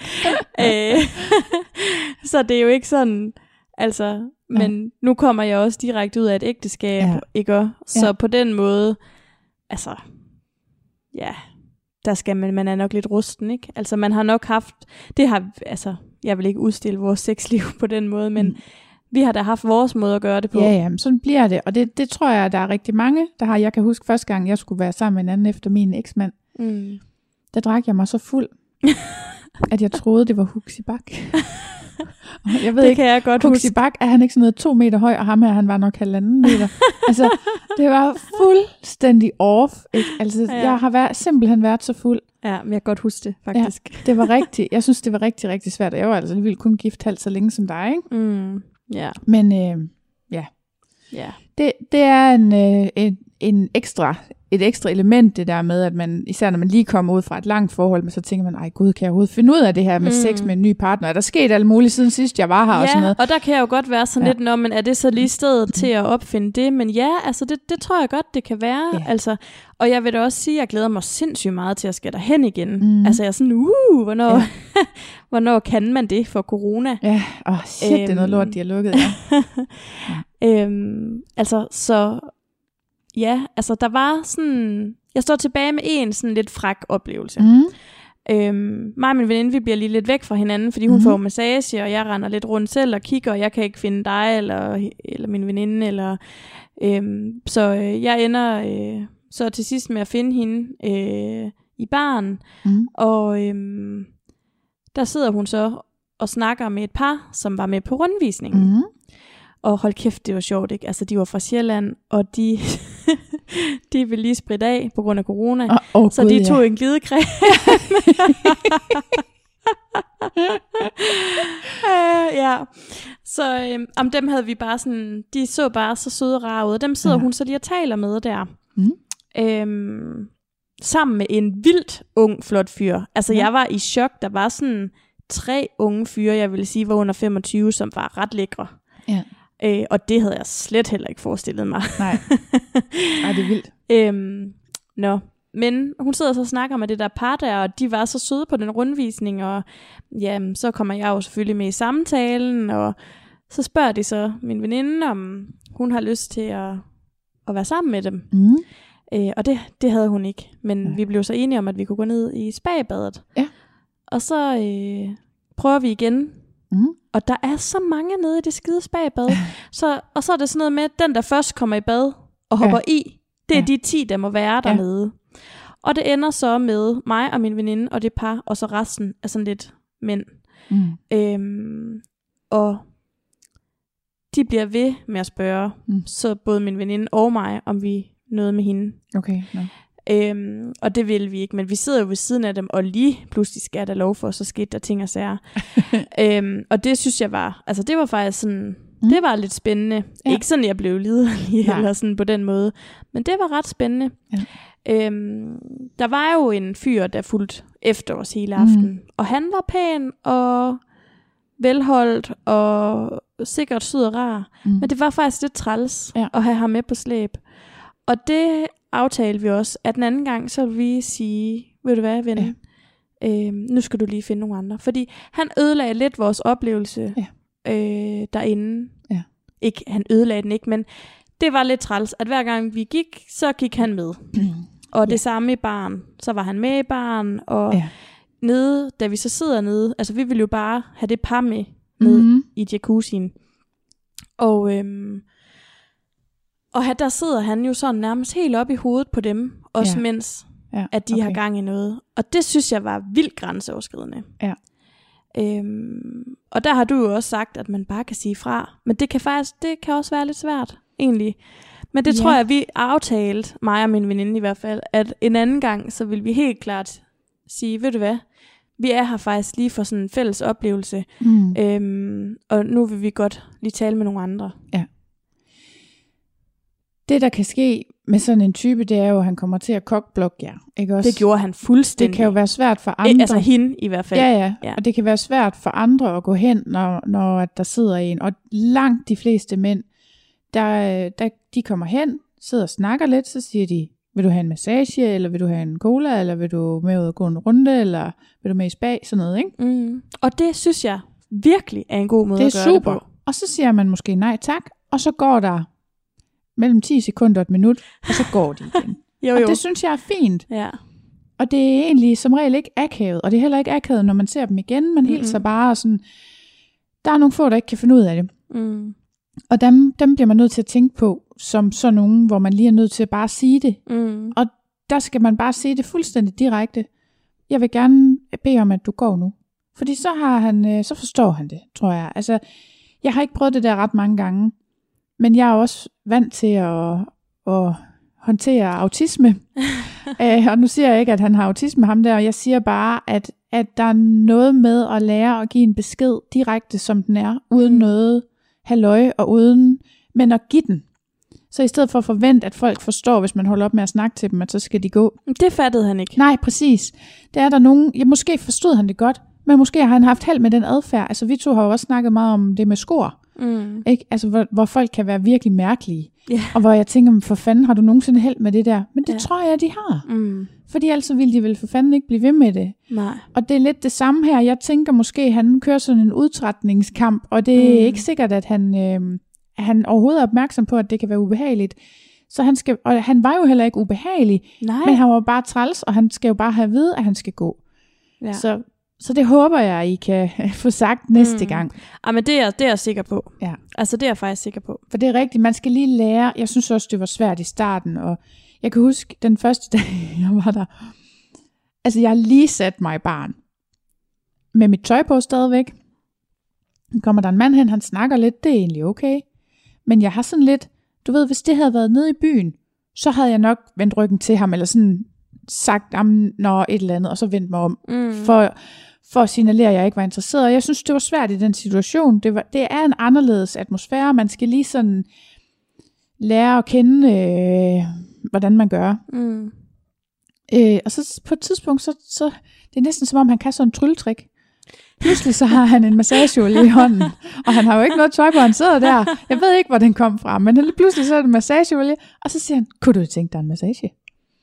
Så det er jo ikke sådan, altså, men nu kommer jeg også direkte ud af et ægteskab, ikke? Så på den måde, altså, ja, der skal man er nok lidt rusten, ikke? Altså man har nok haft, jeg vil ikke udstille vores sexliv på den måde, men vi har da haft vores måde at gøre det på. Ja, sådan bliver det, og det tror jeg, der er rigtig mange, der har. Jeg kan huske første gang, jeg skulle være sammen med en anden efter min eksmand, der drak jeg mig så fuld, at jeg troede, det var Huxi Bak. Jeg ved det ikke, kan jeg godt Huxi Bak, er han ikke sådan noget 2 meter høj, og ham her, han var nok 1,5 meter. Altså, det var fuldstændig off, ikke? Altså, jeg har simpelthen været så fuld. Ja, men jeg kan godt huske det, faktisk. Ja, det var rigtigt. Jeg synes, det var rigtig, rigtig svært. Jeg var altså alligevel kun gift halvt så længe som dig, ikke? Ja. Men det er et ekstra element, det der med, at man, især når man lige kommer ud fra et langt forhold, men så tænker man, ej gud, kan jeg overhovedet finde ud af det her med sex med en ny partner? Er der sket alt muligt siden sidst, jeg var her og sådan noget? Ja, og der kan jeg jo godt være sådan lidt, men er det så lige stedet til at opfinde det? Men ja, altså det tror jeg godt, det kan være. Ja. Altså, og jeg vil da også sige, at jeg glæder mig sindssygt meget til at skal derhen igen. Altså jeg er sådan, hvornår kan man det for corona? Ja, det er noget lort, de har lukket, altså, så... Ja, altså der var sådan... Jeg står tilbage med en sådan lidt fræk oplevelse. Mig og min veninde, vi bliver lige lidt væk fra hinanden, fordi hun får massage, og jeg render lidt rundt selv og kigger, og jeg kan ikke finde dig, eller min veninde, eller... Så jeg ender så til sidst med at finde hende i baren, og der sidder hun så og snakker med et par, som var med på rundvisningen. Og hold kæft, det var sjovt, ikke? Altså, de var fra Sjælland, og de ville lige spritte af på grund af corona. Så de tog en glidecreme. Ja. Så dem havde vi bare sådan, de så bare så søde og rare ud. Og dem sidder hun så lige og taler med der. Sammen med en vildt ung, flot fyr. Altså, jeg var i chok. Der var sådan 3 unge fyre, jeg ville sige, var under 25, som var ret lækre. Ja. Og det havde jeg slet heller ikke forestillet mig. Nej, det er vildt. Men hun sidder så og snakker med det der par der, og de var så søde på den rundvisning, og så kommer jeg jo selvfølgelig med i samtalen, og så spørger de så min veninde, om hun har lyst til at være sammen med dem. Og det havde hun ikke, men vi blev så enige om, at vi kunne gå ned i spabadet. Ja. Og så prøver vi igen. Og der er så mange nede i det skide spagbad. Og så er det sådan noget med, at den der først kommer i bad og hopper i, det er de 10, der må være dernede. Og det ender så med mig og min veninde og det par, og så resten er sådan lidt mænd. Og de bliver ved med at spørge, så både min veninde og mig, om vi noget med hende. Okay, no. Og det ville vi ikke, men vi sidder jo ved siden af dem, og lige pludselig skal der lov for, så skete der ting og sager. Og det synes jeg var, altså det var faktisk sådan, det var lidt spændende. Ja. Ikke sådan, jeg blev liderlig eller sådan på den måde, men det var ret spændende. Ja. Der var jo en fyr, der fulgte efter os hele aften, og han var pæn og velholdt og sikkert sød og rar, men det var faktisk lidt træls at have ham med på slæb. Og det aftalte vi også, at den anden gang, så vil vi sige, ved du hvad, ven, nu skal du lige finde nogle andre. Fordi han ødelagde lidt vores oplevelse derinde. Ja. Ikke, han ødelagde den ikke, men det var lidt træls, at hver gang vi gik, så gik han med. Og det samme i baren. Så var han med i baren, og nede, da vi så sidder nede, altså vi ville jo bare have det par med nede i jacuzzien. Og der sidder han jo sådan nærmest helt op i hovedet på dem, også mens at de har gang i noget. Og det synes jeg var vildt grænseoverskridende. Ja. Og der har du jo også sagt, at man bare kan sige fra. Men det kan også være lidt svært, egentlig. Men det tror jeg, vi aftalte, mig og min veninde i hvert fald, at en anden gang, så vil vi helt klart sige, ved du hvad, vi er her faktisk lige for sådan en fælles oplevelse. Og nu vil vi godt lige tale med nogle andre. Ja. Det, der kan ske med sådan en type, det er jo, at han kommer til at kokblokke jer. Ikke også? Det gjorde han fuldstændig. Det kan jo være svært for andre. Altså hende i hvert fald. Ja. Og det kan være svært for andre at gå hen, når der sidder en. Og langt de fleste mænd, de kommer hen, sidder og snakker lidt, så siger de, vil du have en massage, eller vil du have en cola, eller vil du med ud og gå en runde, eller vil du med i spa, sådan noget, ikke? Og det synes jeg virkelig er en god måde at gøre super. det på. Og så siger man måske nej tak, og så går der mellem 10 sekunder og et minut, og så går de igen. Jo. Og det synes jeg er fint. Ja. Og det er egentlig som regel ikke akavet, og det er heller ikke akavet, når man ser dem igen. Man hilser bare sådan, der er nogle få, der ikke kan finde ud af det. Mm. Og dem bliver man nødt til at tænke på, som sådan nogen, hvor man lige er nødt til at bare sige det. Mm. Og der skal man bare sige det fuldstændig direkte. Jeg vil gerne bede om, at du går nu. Fordi så forstår han det, tror jeg. Altså, jeg har ikke prøvet det der ret mange gange, men jeg er også vant til at håndtere autisme. Og nu siger jeg ikke, at han har autisme, ham der, og jeg siger bare, at der er noget med at lære at give en besked direkte, som den er, uden noget halløj og men at give den. Så i stedet for at forvente, at folk forstår, hvis man holder op med at snakke til dem, at så skal de gå. Det fattede han ikke. Nej, præcis. Det er der nogen, måske forstod han det godt, men måske har han haft held med den adfærd. Altså vi to har jo også snakket meget om det med skor. Ikke? Altså hvor folk kan være virkelig mærkelige. Yeah. Og hvor jeg tænker, for fanden har du nogensinde held med det der? Men det tror jeg, de har. Fordi ellers ville de vel for fanden ikke blive ved med det. Nej. Og det er lidt det samme her. Jeg tænker måske, at han kører sådan en udtrætningskamp, og det er ikke sikkert, at han overhovedet er opmærksom på, at det kan være ubehageligt. Så han var jo heller ikke ubehagelig, men han var bare træls, og han skal jo bare have at vide, at han skal gå. Ja. Så det håber jeg, I kan få sagt næste gang. Ja, men det er jeg sikker på. Ja. Altså det er jeg faktisk sikker på. For det er rigtigt, man skal lige lære. Jeg synes også, det var svært i starten, og jeg kan huske den første dag, jeg var der. Altså jeg har lige sat mig i baren. Med mit tøj på stadigvæk. Nu kommer der en mand hen, han snakker lidt, det er egentlig okay. Men jeg har sådan lidt, du ved, hvis det havde været nede i byen, så havde jeg nok vendt ryggen til ham, eller sådan sagt, et eller andet, og så vendt mig om, for at signalere, at jeg ikke var interesseret. Og jeg synes, det var svært i den situation. Det er en anderledes atmosfære. Man skal lige sådan lære at kende, hvordan man gør. Og så på et tidspunkt, så det er næsten som om, han kan sådan en trylletrik. Pludselig så har han en massageolie i hånden, og han har jo ikke noget tøj på, han sidder der. Jeg ved ikke, hvor den kom fra, men pludselig så er det massageolie, og så siger han, kunne du tænke dig en massage?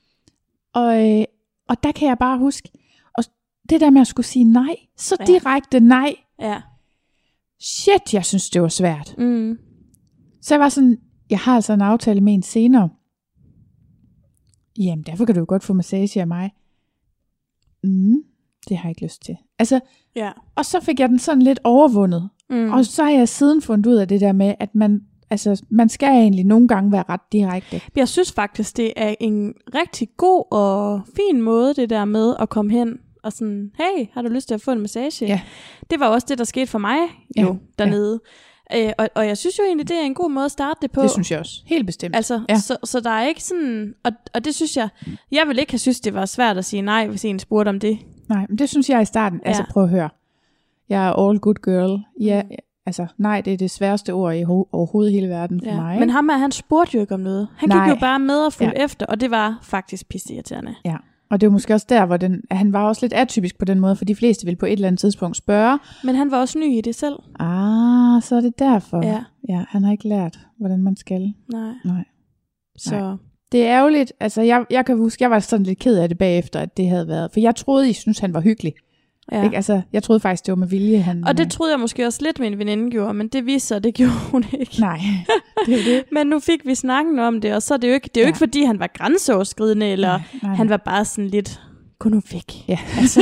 Og der kan jeg bare huske, og det der med at skulle sige nej, så direkte nej. Ja. Shit, jeg synes, det var svært. Så jeg var sådan, jeg har altså en aftale med en senere. Jamen, derfor kan du jo godt få massage af mig. Det har jeg ikke lyst til. Altså, og så fik jeg den sådan lidt overvundet. Og så har jeg siden fundet ud af det der med, at man skal egentlig nogle gange være ret direkte. Jeg synes faktisk, det er en rigtig god og fin måde, det der med at komme hen og sådan, hey, har du lyst til at få en massage? Ja. Det var også det, der skete for mig dernede. Ja. Og jeg synes jo egentlig, det er en god måde at starte det på. Det synes jeg også. Helt bestemt. Altså, så der er ikke sådan, og det synes jeg vil ikke have synes, det var svært at sige nej, hvis en spurgte om det. Nej, men det synes jeg i starten. Altså prøv at høre. Jeg er all good girl. Ja, altså nej, det er det sværeste ord i overhovedet hele verden for mig. Men han spurgte jo ikke om noget. Han gik jo bare med og fulgte efter, og det var faktisk pisseirriterende. Ja, og det var måske også der, hvor han var også lidt atypisk på den måde, for de fleste ville på et eller andet tidspunkt spørge. Men han var også ny i det selv. Så er det derfor. Ja, han har ikke lært, hvordan man skal. Nej. Så det er ærgerligt. Altså, jeg kan huske, jeg var sådan lidt ked af det bagefter, at det havde været. For jeg troede, I synes, han var hyggelig. Ja. Ikke? Altså, jeg troede faktisk, det var med vilje. Og det troede jeg måske også lidt, min veninde gjorde, men det viste sig, det gjorde hun ikke. Nej, det er det. Men nu fik vi snakken om det, og så er det jo ikke, ikke fordi, han var grænseoverskridende, eller nej. Han var bare sådan lidt, gå nu væk. Ja. Altså.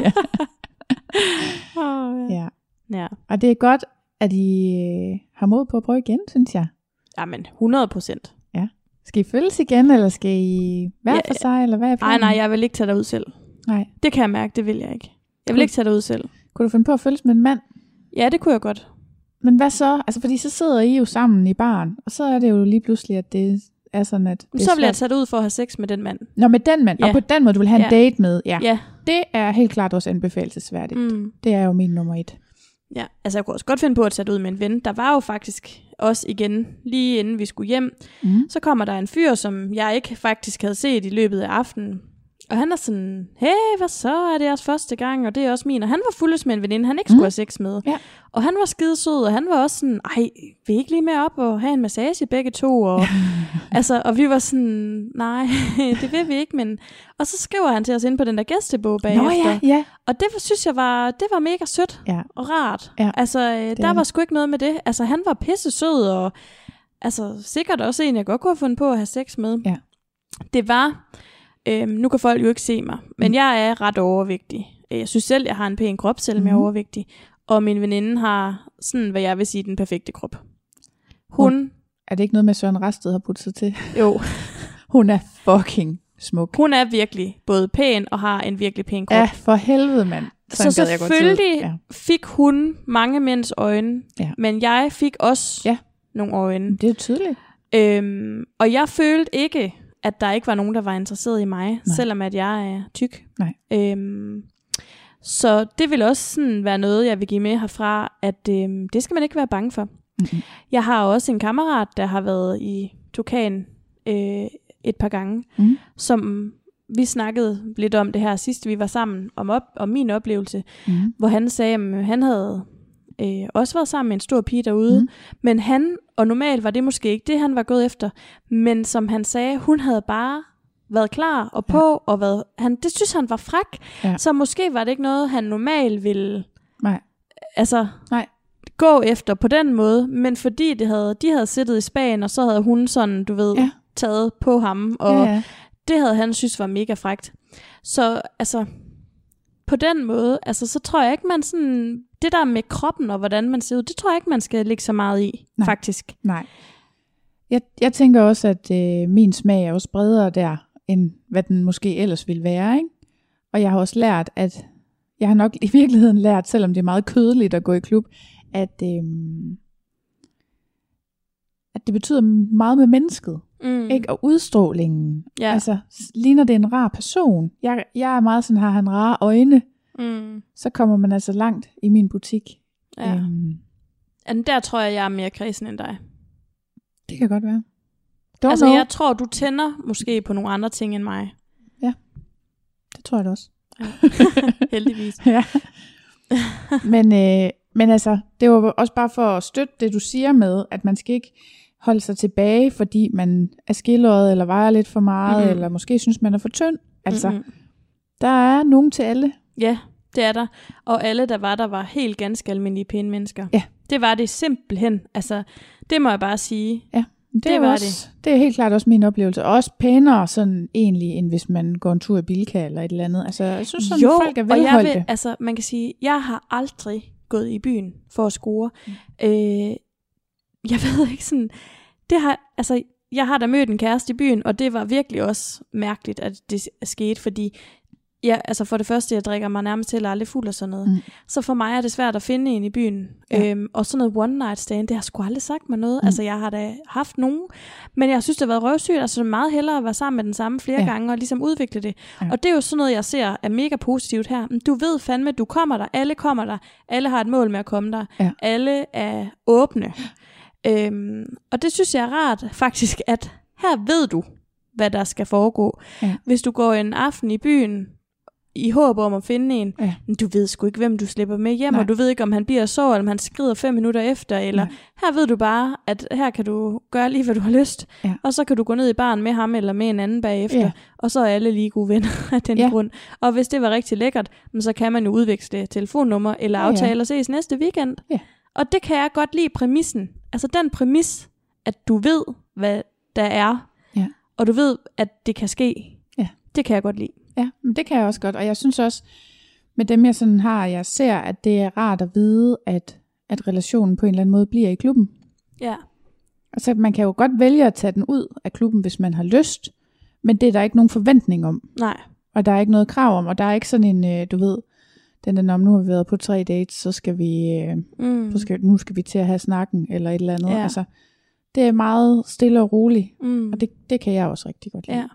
Ja. Og det er godt, at I har mod på at prøve igen, synes jeg. Jamen, 100%. Ja. Skal I følges igen, eller skal I være for sig, eller hvad er planen? Nej, jeg vil ikke tage dig ud selv. Nej. Det kan jeg mærke, det vil jeg ikke. Jeg vil ikke tage dig ud selv. Kunne du finde på at følges med en mand? Ja, det kunne jeg godt. Men hvad så? Altså, fordi så sidder I jo sammen i baren, og så er det jo lige pludselig, at det er sådan, at det så vil jeg tage dig ud for at have sex med den mand. Nå, med den mand. Ja. Og på den måde, du vil have en date med. Ja. Det er helt klart også anbefalelsesværdigt. Det er jo min nummer 1. Ja, altså jeg kunne også godt finde på at tage ud med en ven. Der var jo faktisk også igen, lige inden vi skulle hjem, så kommer der en fyr, som jeg ikke faktisk havde set i løbet af aftenen. Og han er sådan, hey, hvad så, er det jeres første gang, og det er også min. Og han var fuldes med en veninde, han ikke skulle have sex med. Ja. Og han var skidesød, og han var også sådan, vil I ikke lige med op og have en massage begge to? Og, altså, og vi var sådan, nej, det vil vi ikke. Men... Og så skriver han til os ind på den der gæstebog bagefter. Ja. Og det synes jeg det var mega sødt og rart. Ja. Altså, der var sgu ikke noget med det. Altså, han var pisse sød, og altså, sikkert også en, jeg godt kunne have fundet på at have sex med. Ja. det var, nu kan folk jo ikke se mig, men jeg er ret overvægtig. Jeg synes selv, jeg har en pæn krop, selvom jeg er overvægtig. Og min veninde har sådan, hvad jeg vil sige, den perfekte krop. Hun er det ikke noget med, Søren Rasted har puttet sig til? Jo. Hun er fucking smuk. Hun er virkelig både pæn og har en virkelig pæn krop. Ja, for helvede, mand. Så selvfølgelig fik hun mange mænds øjne, men jeg fik også nogle øjne. Det er tydeligt. Og jeg følte ikke, at der ikke var nogen, der var interesseret i mig, selvom at jeg er tyk. Nej. Så det vil også sådan være noget, jeg vil give med herfra, at det skal man ikke være bange for. Mm-hmm. Jeg har også en kammerat, der har været i Tukan et par gange, som vi snakkede lidt om det her sidst, vi var sammen, om min oplevelse, hvor han sagde, at han havde også været sammen med en stor pige derude, men og normalt var det måske ikke det, han var gået efter, men som han sagde, hun havde bare været klar og på, og det synes han var fræk, så måske var det ikke noget, han normalt ville gå efter på den måde, men fordi de havde siddet i Spanien, og så havde hun sådan, du ved, taget på ham, og det havde han synes var mega frækt. Så altså, på den måde, altså, så tror jeg ikke, man sådan, det der med kroppen og hvordan man ser ud, det tror jeg ikke, man skal lægge så meget i, faktisk. Nej. Jeg tænker også, at min smag er også bredere der, end hvad den måske ellers ville være, ikke? Og jeg har også lært, at jeg har nok i virkeligheden lært, selvom det er meget kødeligt at gå i klub, at det betyder meget med mennesket, ikke? Og udstrålingen. Altså, ligner det en rar person. Jeg er meget sådan, har han rare øjne, så kommer man altså langt i min butik. Ja. Der tror jeg er mere kredsen end dig. Det kan godt være. Jeg tror, du tænder måske på nogle andre ting end mig. Ja, det tror jeg da også. Ja. Heldigvis. Ja. Men altså, det var også bare for at støtte det, du siger med, at man skal ikke holde sig tilbage, fordi man er skildret, eller vejer lidt for meget, eller måske synes, man er for tynd. Altså, der er nogen til alle. Ja, det er der. Og alle, der var helt ganske almindelige pæne mennesker. Ja. Det var det simpelthen. Altså, det må jeg bare sige. Ja, det var også, det er helt klart også min oplevelse. Og også pænere sådan egentlig, end hvis man går en tur i Bilka eller et eller andet. Altså, jeg synes sådan, folk er velholdte. Altså, man kan sige, jeg har aldrig gået i byen for at score. Jeg ved ikke sådan, jeg har da mødt en kæreste i byen, og det var virkelig også mærkeligt, at det skete, fordi for det første, jeg drikker mig nærmest til aldrig fuld og sådan noget. Så for mig er det svært at finde en i byen. Og sådan noget one night stand, det har sgu aldrig sagt mig noget. Altså, jeg har da haft nogen, men jeg synes, det har været røvsygt. Altså, meget hellere at være sammen med den samme flere gange, og ligesom udvikle det. Og det er jo sådan noget, jeg ser er mega positivt her. Du ved fandme, du kommer der, alle har et mål med at komme der, alle er åbne. Og det synes jeg er rart, faktisk, at her ved du, hvad der skal foregå. Hvis du går en aften i byen, i håb om at finde en, du ved sgu ikke, hvem du slipper med hjem, og du ved ikke, om han bliver så, eller om han skrider 5 minutter efter, eller her ved du bare, at her kan du gøre lige, hvad du har lyst, og så kan du gå ned i baren med ham, eller med en anden bagefter, og så er alle lige gode venner af den grund. Og hvis det var rigtig lækkert, så kan man jo udveksle telefonnummer, eller aftale og ses næste weekend. Og det kan jeg godt lide præmissen. Altså den præmis, at du ved, hvad der er, og du ved, at det kan ske. Det kan jeg godt lide. Ja, men det kan jeg også godt. Og jeg synes også, med dem jeg sådan har, jeg ser, at det er rart at vide, at relationen på en eller anden måde bliver i klubben. Ja. Altså man kan jo godt vælge at tage den ud af klubben, hvis man har lyst, men det er der ikke nogen forventning om. Nej. Og der er ikke noget krav om, og der er ikke sådan en, du ved, den der, nu har vi været på 3 dates, så skal vi, nu skal vi til at have snakken, eller et eller andet. Ja. Altså, det er meget stille og roligt, og det kan jeg også rigtig godt lide. Ja.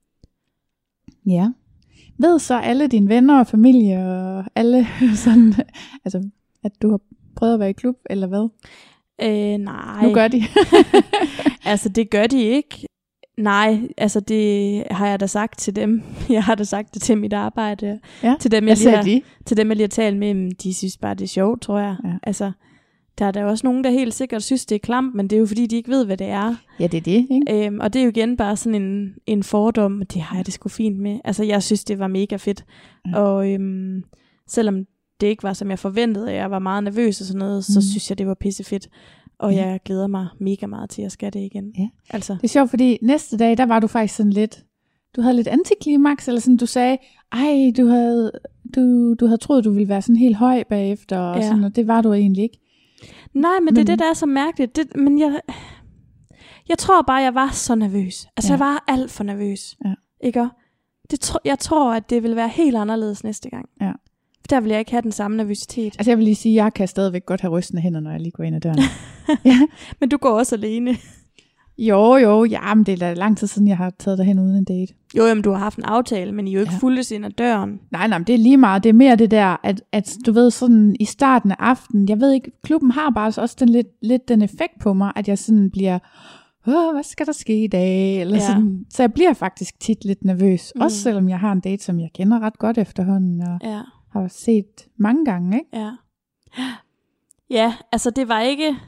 Ja. Ved så alle dine venner og familie og alle sådan, altså, at du har prøvet at være i klub, eller hvad? Nej. Nu gør de. Altså, det gør de ikke. Nej, altså det har jeg da sagt til dem. Jeg har da sagt det til mit arbejde. Ja, til dem, jeg lige har talt med, de synes bare, det er sjovt, tror jeg. Ja. Altså, der er der også nogen, der helt sikkert synes, det er klamt, men det er jo fordi, de ikke ved, hvad det er. Ja, det er det, ikke? Og det er jo igen bare sådan en fordom, det har jeg det sgu fint med. Altså, jeg synes, det var mega fedt. Ja. Og selvom det ikke var, som jeg forventede, og jeg var meget nervøs og sådan noget, så synes jeg, det var pissefedt. Og jeg glæder mig mega meget til, at jeg skal det igen. Ja. Altså. Det er sjovt, fordi næste dag, der var du faktisk sådan lidt, du havde lidt antiklimaks, eller sådan, du sagde, ej, du havde troet, du ville være sådan helt høj bagefter, og, sådan, og det var du egentlig ikke. Nej, men det er det, der er så mærkeligt. Men jeg tror bare, jeg var så nervøs. Altså, jeg var alt for nervøs. Ja. Ikke? Jeg tror, at det vil være helt anderledes næste gang. Ja. Der vil jeg ikke have den samme nervøsitet. Altså, jeg vil lige sige, at jeg kan stadigvæk godt have rystende hænder, når jeg lige går ind ad døren. Ja. Men du går også alene. Jo, men det er da lang tid siden, jeg har taget dig hen uden en date. Jo, jamen, du har haft en aftale, men I er jo ikke fulgtes ind ad døren. Nej, men det er lige meget. Det er mere det der, at du ved, sådan i starten af aftenen, jeg ved ikke, klubben har bare også lidt den effekt på mig, at jeg sådan bliver, hvad skal der ske i dag? Eller sådan. Så jeg bliver faktisk tit lidt nervøs. Også selvom jeg har en date, som jeg kender ret godt efterhånden, og har set mange gange, ikke? Ja, altså det var ikke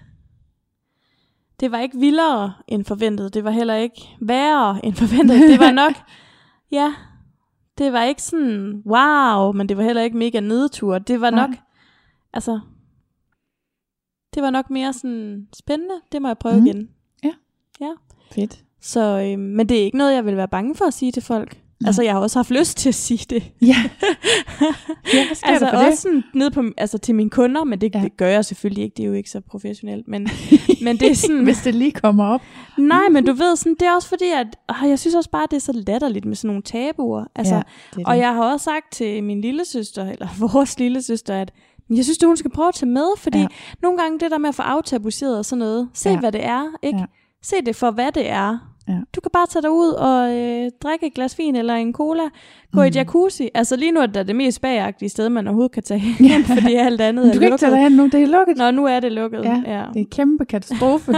vildere end forventet. Det var heller ikke værre end forventet. Det var nok, det var ikke sådan, wow, men det var heller ikke mega nedtur. Det var nok, altså, det var nok mere sådan spændende. Det må jeg prøve igen. Ja. Fedt. Så, men det er ikke noget, jeg vil være bange for at sige til folk. Altså, jeg har også haft lyst til at sige det. Ja. Altså, også sådan ned på, altså til mine kunder, men det gør jeg selvfølgelig ikke. Det er jo ikke så professionelt, men det er sådan... Hvis det lige kommer op. Nej, men du ved, sådan, det er også fordi, at jeg synes også bare, det er så latterligt med sådan nogle tabuer. Altså, og jeg har også sagt til min lillesøster, eller vores lillesøster, at jeg synes, hun skal prøve at tage med, fordi nogle gange det der med at få aftabuiseret og sådan noget, se hvad det er, ikke? Ja. Se det for, hvad det er. Ja. Du kan bare tage dig ud og drikke et glas vin eller en cola, gå i jacuzzi. Altså lige nu er det mest spagagtige sted, man overhovedet kan tage hen, fordi alt andet er lukket. Du kan ikke tage dig hen nu, det er lukket. Nå, nu er det lukket. Ja, det er en kæmpe katastrofe.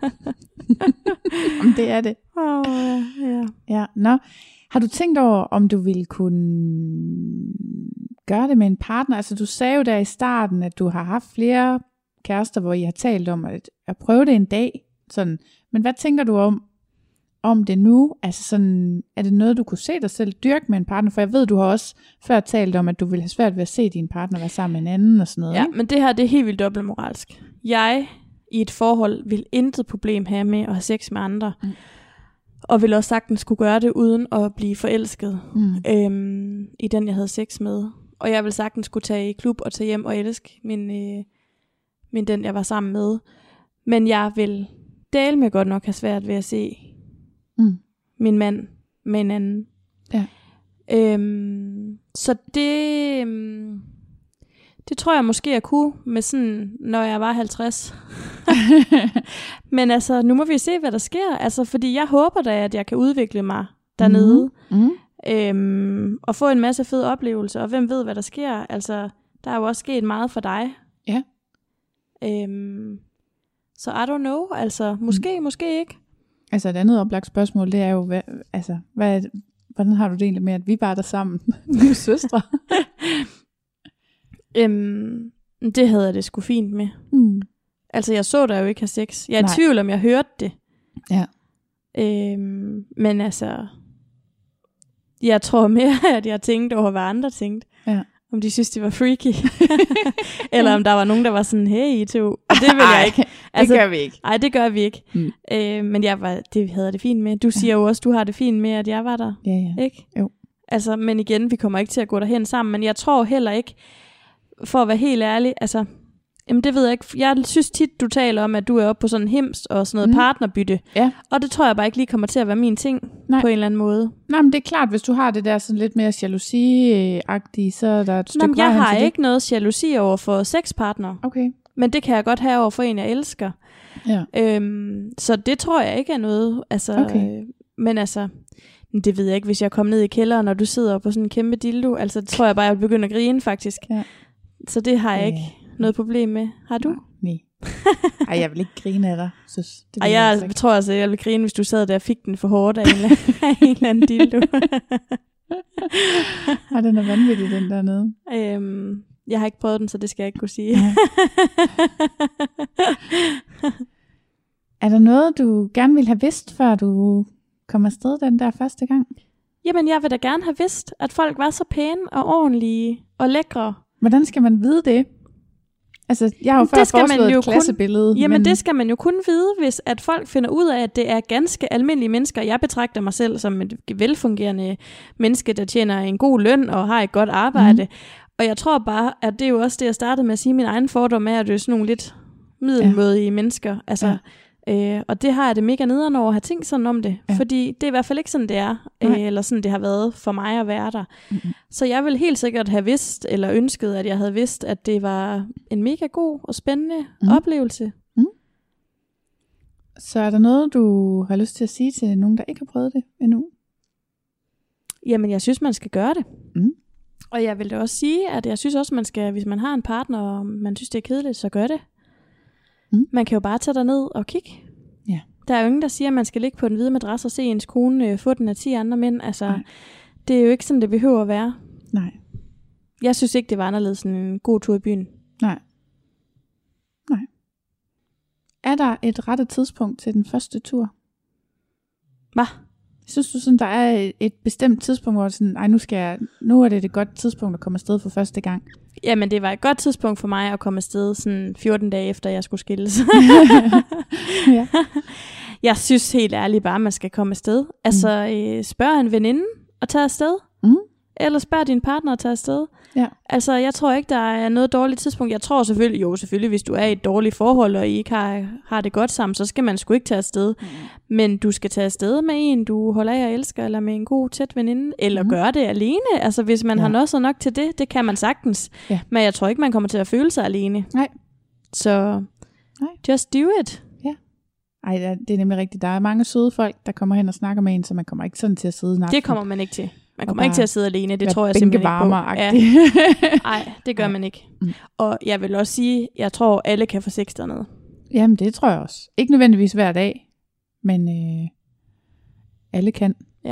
Om det er det. Ja. Nå. Har du tænkt over, om du ville kunne gøre det med en partner? Altså du sagde jo der i starten, at du har haft flere kærester, hvor I har talt om at prøve det en dag. Sådan. Men hvad tænker du om det nu? Altså sådan, er det noget, du kunne se dig selv dyrke med en partner? For jeg ved, du har også før talt om, at du ville have svært ved at se din partner være sammen med en anden og sådan noget. Ja, ikke? Men det her, det er helt vildt dobbeltmoralsk. Jeg i et forhold vil intet problem have med at have sex med andre. Og vil også sagtens kunne gøre det uden at blive forelsket i den, jeg havde sex med. Og jeg vil sagtens kunne tage i klub og tage hjem og elske min den, jeg var sammen med. Men jeg vil dele med godt nok have svært ved at se min mand med en anden. Ja. Så det tror jeg måske jeg kunne med sådan, når jeg var 50. Men altså, nu må vi se, hvad der sker. Altså, fordi jeg håber da, at jeg kan udvikle mig dernede. Og få en masse fede oplevelser. Og hvem ved, hvad der sker. Altså, der er jo også sket meget for dig. Ja. Så I don't know. Altså, måske ikke. Altså, et andet oplagt spørgsmål, det er jo, hvordan har du det egentlig med, at vi bare er der sammen? Vi er søstre. Det havde jeg det sgu fint med. Altså jeg så dig jo ikke have sex. Jeg er i tvivl om jeg hørte det. Ja. Men altså jeg tror mere at jeg tænkte over hvad andre tænkte. Ja. Om de synes det var freaky. Eller om der var nogen der var sådan hey I to. Og det vil jeg ikke. Altså, det gør vi ikke. Nej det gør vi ikke. Men det havde jeg det fint med. Du siger jo også du har det fint med at jeg var der. Ja. Ikke? Jo. Altså men igen vi kommer ikke til at gå derhen sammen. Men jeg tror heller ikke for at være helt ærlig, altså, jamen det ved jeg ikke. Jeg synes tit, du taler om, at du er oppe på sådan en hims og sådan noget partnerbytte. Ja. Og det tror jeg bare ikke lige kommer til at være min ting på en eller anden måde. Nej, men det er klart, hvis du har det der sådan lidt mere jalousi-agtige, så er der et stykke vej. Jeg har ikke noget jalousi over for sexpartner. Okay. Men det kan jeg godt have over for en, jeg elsker. Ja. Så det tror jeg ikke er noget. Altså, okay. Men altså, det ved jeg ikke, hvis jeg kommer ned i kælderen, og du sidder på sådan en kæmpe dildo. Altså, det tror jeg bare, jeg vil begynde at grine faktisk. Ja. Så det har jeg ikke noget problem med. Har du? Nej. Ej, jeg vil ikke grine af dig. Jeg tror altså, jeg vil grine, hvis du sad der og fik den for hårdt af en eller anden dildo. Ej, den er vanvittig, den dernede. Jeg har ikke prøvet den, så det skal jeg ikke kunne sige. Er der noget, du gerne ville have vidst, før du kom afsted den der første gang? Jamen, jeg vil da gerne have vidst, at folk var så pæne og ordentlige og lækre. Hvordan skal man vide det? Altså, jeg har jo før foreslået et klassebillede. Jamen, det skal man jo kun vide, hvis at folk finder ud af, at det er ganske almindelige mennesker. Jeg betragter mig selv som et velfungerende menneske, der tjener en god løn og har et godt arbejde. Og jeg tror bare, at det er jo også det, jeg startede med at sige, min egen fordom er, at det er sådan nogle lidt middelmådige mennesker. Altså, og det har jeg det mega nederen over at have tænkt sådan om det. Fordi det er i hvert fald ikke sådan, det er. Eller sådan, det har været for mig at være der. Så jeg vil helt sikkert have vidst, eller ønsket, at jeg havde vidst, at det var en mega god og spændende oplevelse. Så er der noget, du har lyst til at sige til nogen, der ikke har prøvet det endnu? Jamen, jeg synes, man skal gøre det. Og jeg vil da også sige, at jeg synes også, man skal, hvis man har en partner, og man synes, det er kedeligt, så gør det. Man kan jo bare tage ned og kigge. Ja. Der er jo ingen, der siger, at man skal ligge på den hvide madras og se ens kone få den af 10 andre mænd. Altså, det er jo ikke sådan, det behøver at være. Nej. Jeg synes ikke, det var anderledes end en god tur i byen. Nej. Er der et rette tidspunkt til den første tur? Hvad? Synes du sådan, der er et bestemt tidspunkt, hvor sådan, nu er det et godt tidspunkt at komme afsted for første gang? Jamen, det var et godt tidspunkt for mig at komme afsted sådan 14 dage efter, jeg skulle skilles. Ja. Jeg synes helt ærligt bare, man skal komme afsted. Altså, spørg en veninde og tage afsted. Eller spørg din partner at tage afsted. Ja. Altså, jeg tror ikke, der er noget dårligt tidspunkt. Jeg tror selvfølgelig, hvis du er i et dårligt forhold, og I ikke har det godt sammen, så skal man sgu ikke tage afsted. Men du skal tage afsted med en, du holder af og elsker, eller med en god, tæt veninde, eller gøre det alene. Altså, hvis man har noget nok til det, det kan man sagtens. Ja. Men jeg tror ikke, man kommer til at føle sig alene. Nej. Så, just do it. Ja. Ej, det er nemlig rigtigt. Der er mange søde folk, der kommer hen og snakker med en, så man kommer ikke sådan til at sidde en aften. Det kommer man ikke til. Man kommer ikke til at sidde alene, det tror jeg simpelthen ikke på. Ja. Nej, det gør man ikke. Og jeg vil også sige, jeg tror, alle kan få sex dernede. Jamen, det tror jeg også. Ikke nødvendigvis hver dag, men alle kan. Ja.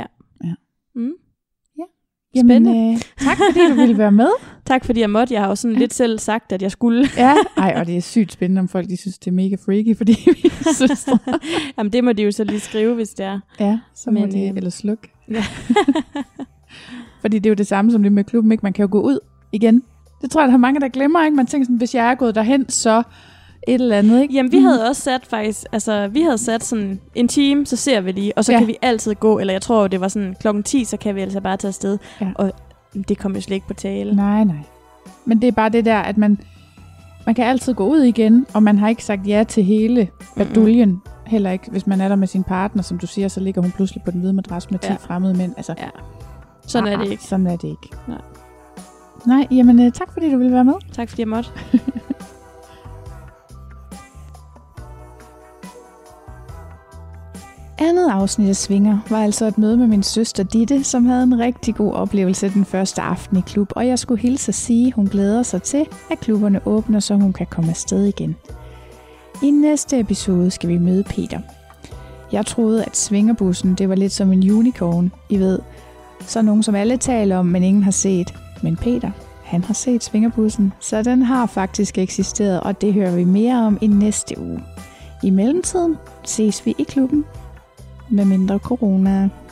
Jamen, tak fordi du ville være med. Tak fordi jeg måtte. Jeg har jo sådan lidt selv sagt, at jeg skulle. Ja, og det er sygt spændende, om folk de synes, det er mega freaky, fordi vi synes Jamen, det må de jo så lige skrive, hvis det er. Ja, så må de eller slukke. Ja. Fordi det er jo det samme som det med klubben, ikke? Man kan jo gå ud igen. Det tror jeg, der er mange, der glemmer, ikke? Man tænker sådan, hvis jeg er gået derhen, så et eller andet, ikke? Jamen, vi havde også sat faktisk, vi havde sat sådan en time, så ser vi lige, og så kan vi altid gå, eller jeg tror, det var sådan 10:00, så kan vi altså bare tage afsted. Ja. Og det kom jo slet ikke på tale. Nej. Men det er bare det der, at man kan altid gå ud igen, og man har ikke sagt ja til hele baduljen. Heller ikke, hvis man er der med sin partner, som du siger, så ligger hun pludselig på den hvide madras med 10 fremmede mænd. Altså, sådan er det ikke. Sådan er det ikke. Nej, jamen tak fordi du ville være med. Tak fordi jeg måtte. Andet afsnit af Svinger var altså et møde med min søster Ditte, som havde en rigtig god oplevelse den første aften i klub, og jeg skulle hilse at sige, at hun glæder sig til, at klubberne åbner, så hun kan komme afsted igen. I næste episode skal vi møde Peter. Jeg troede, at svingerbussen det var lidt som en unicorn, I ved. Så nogen, som alle taler om, men ingen har set. Men Peter, han har set svingerbussen, så den har faktisk eksisteret, og det hører vi mere om i næste uge. I mellemtiden ses vi i klubben, med mindre corona.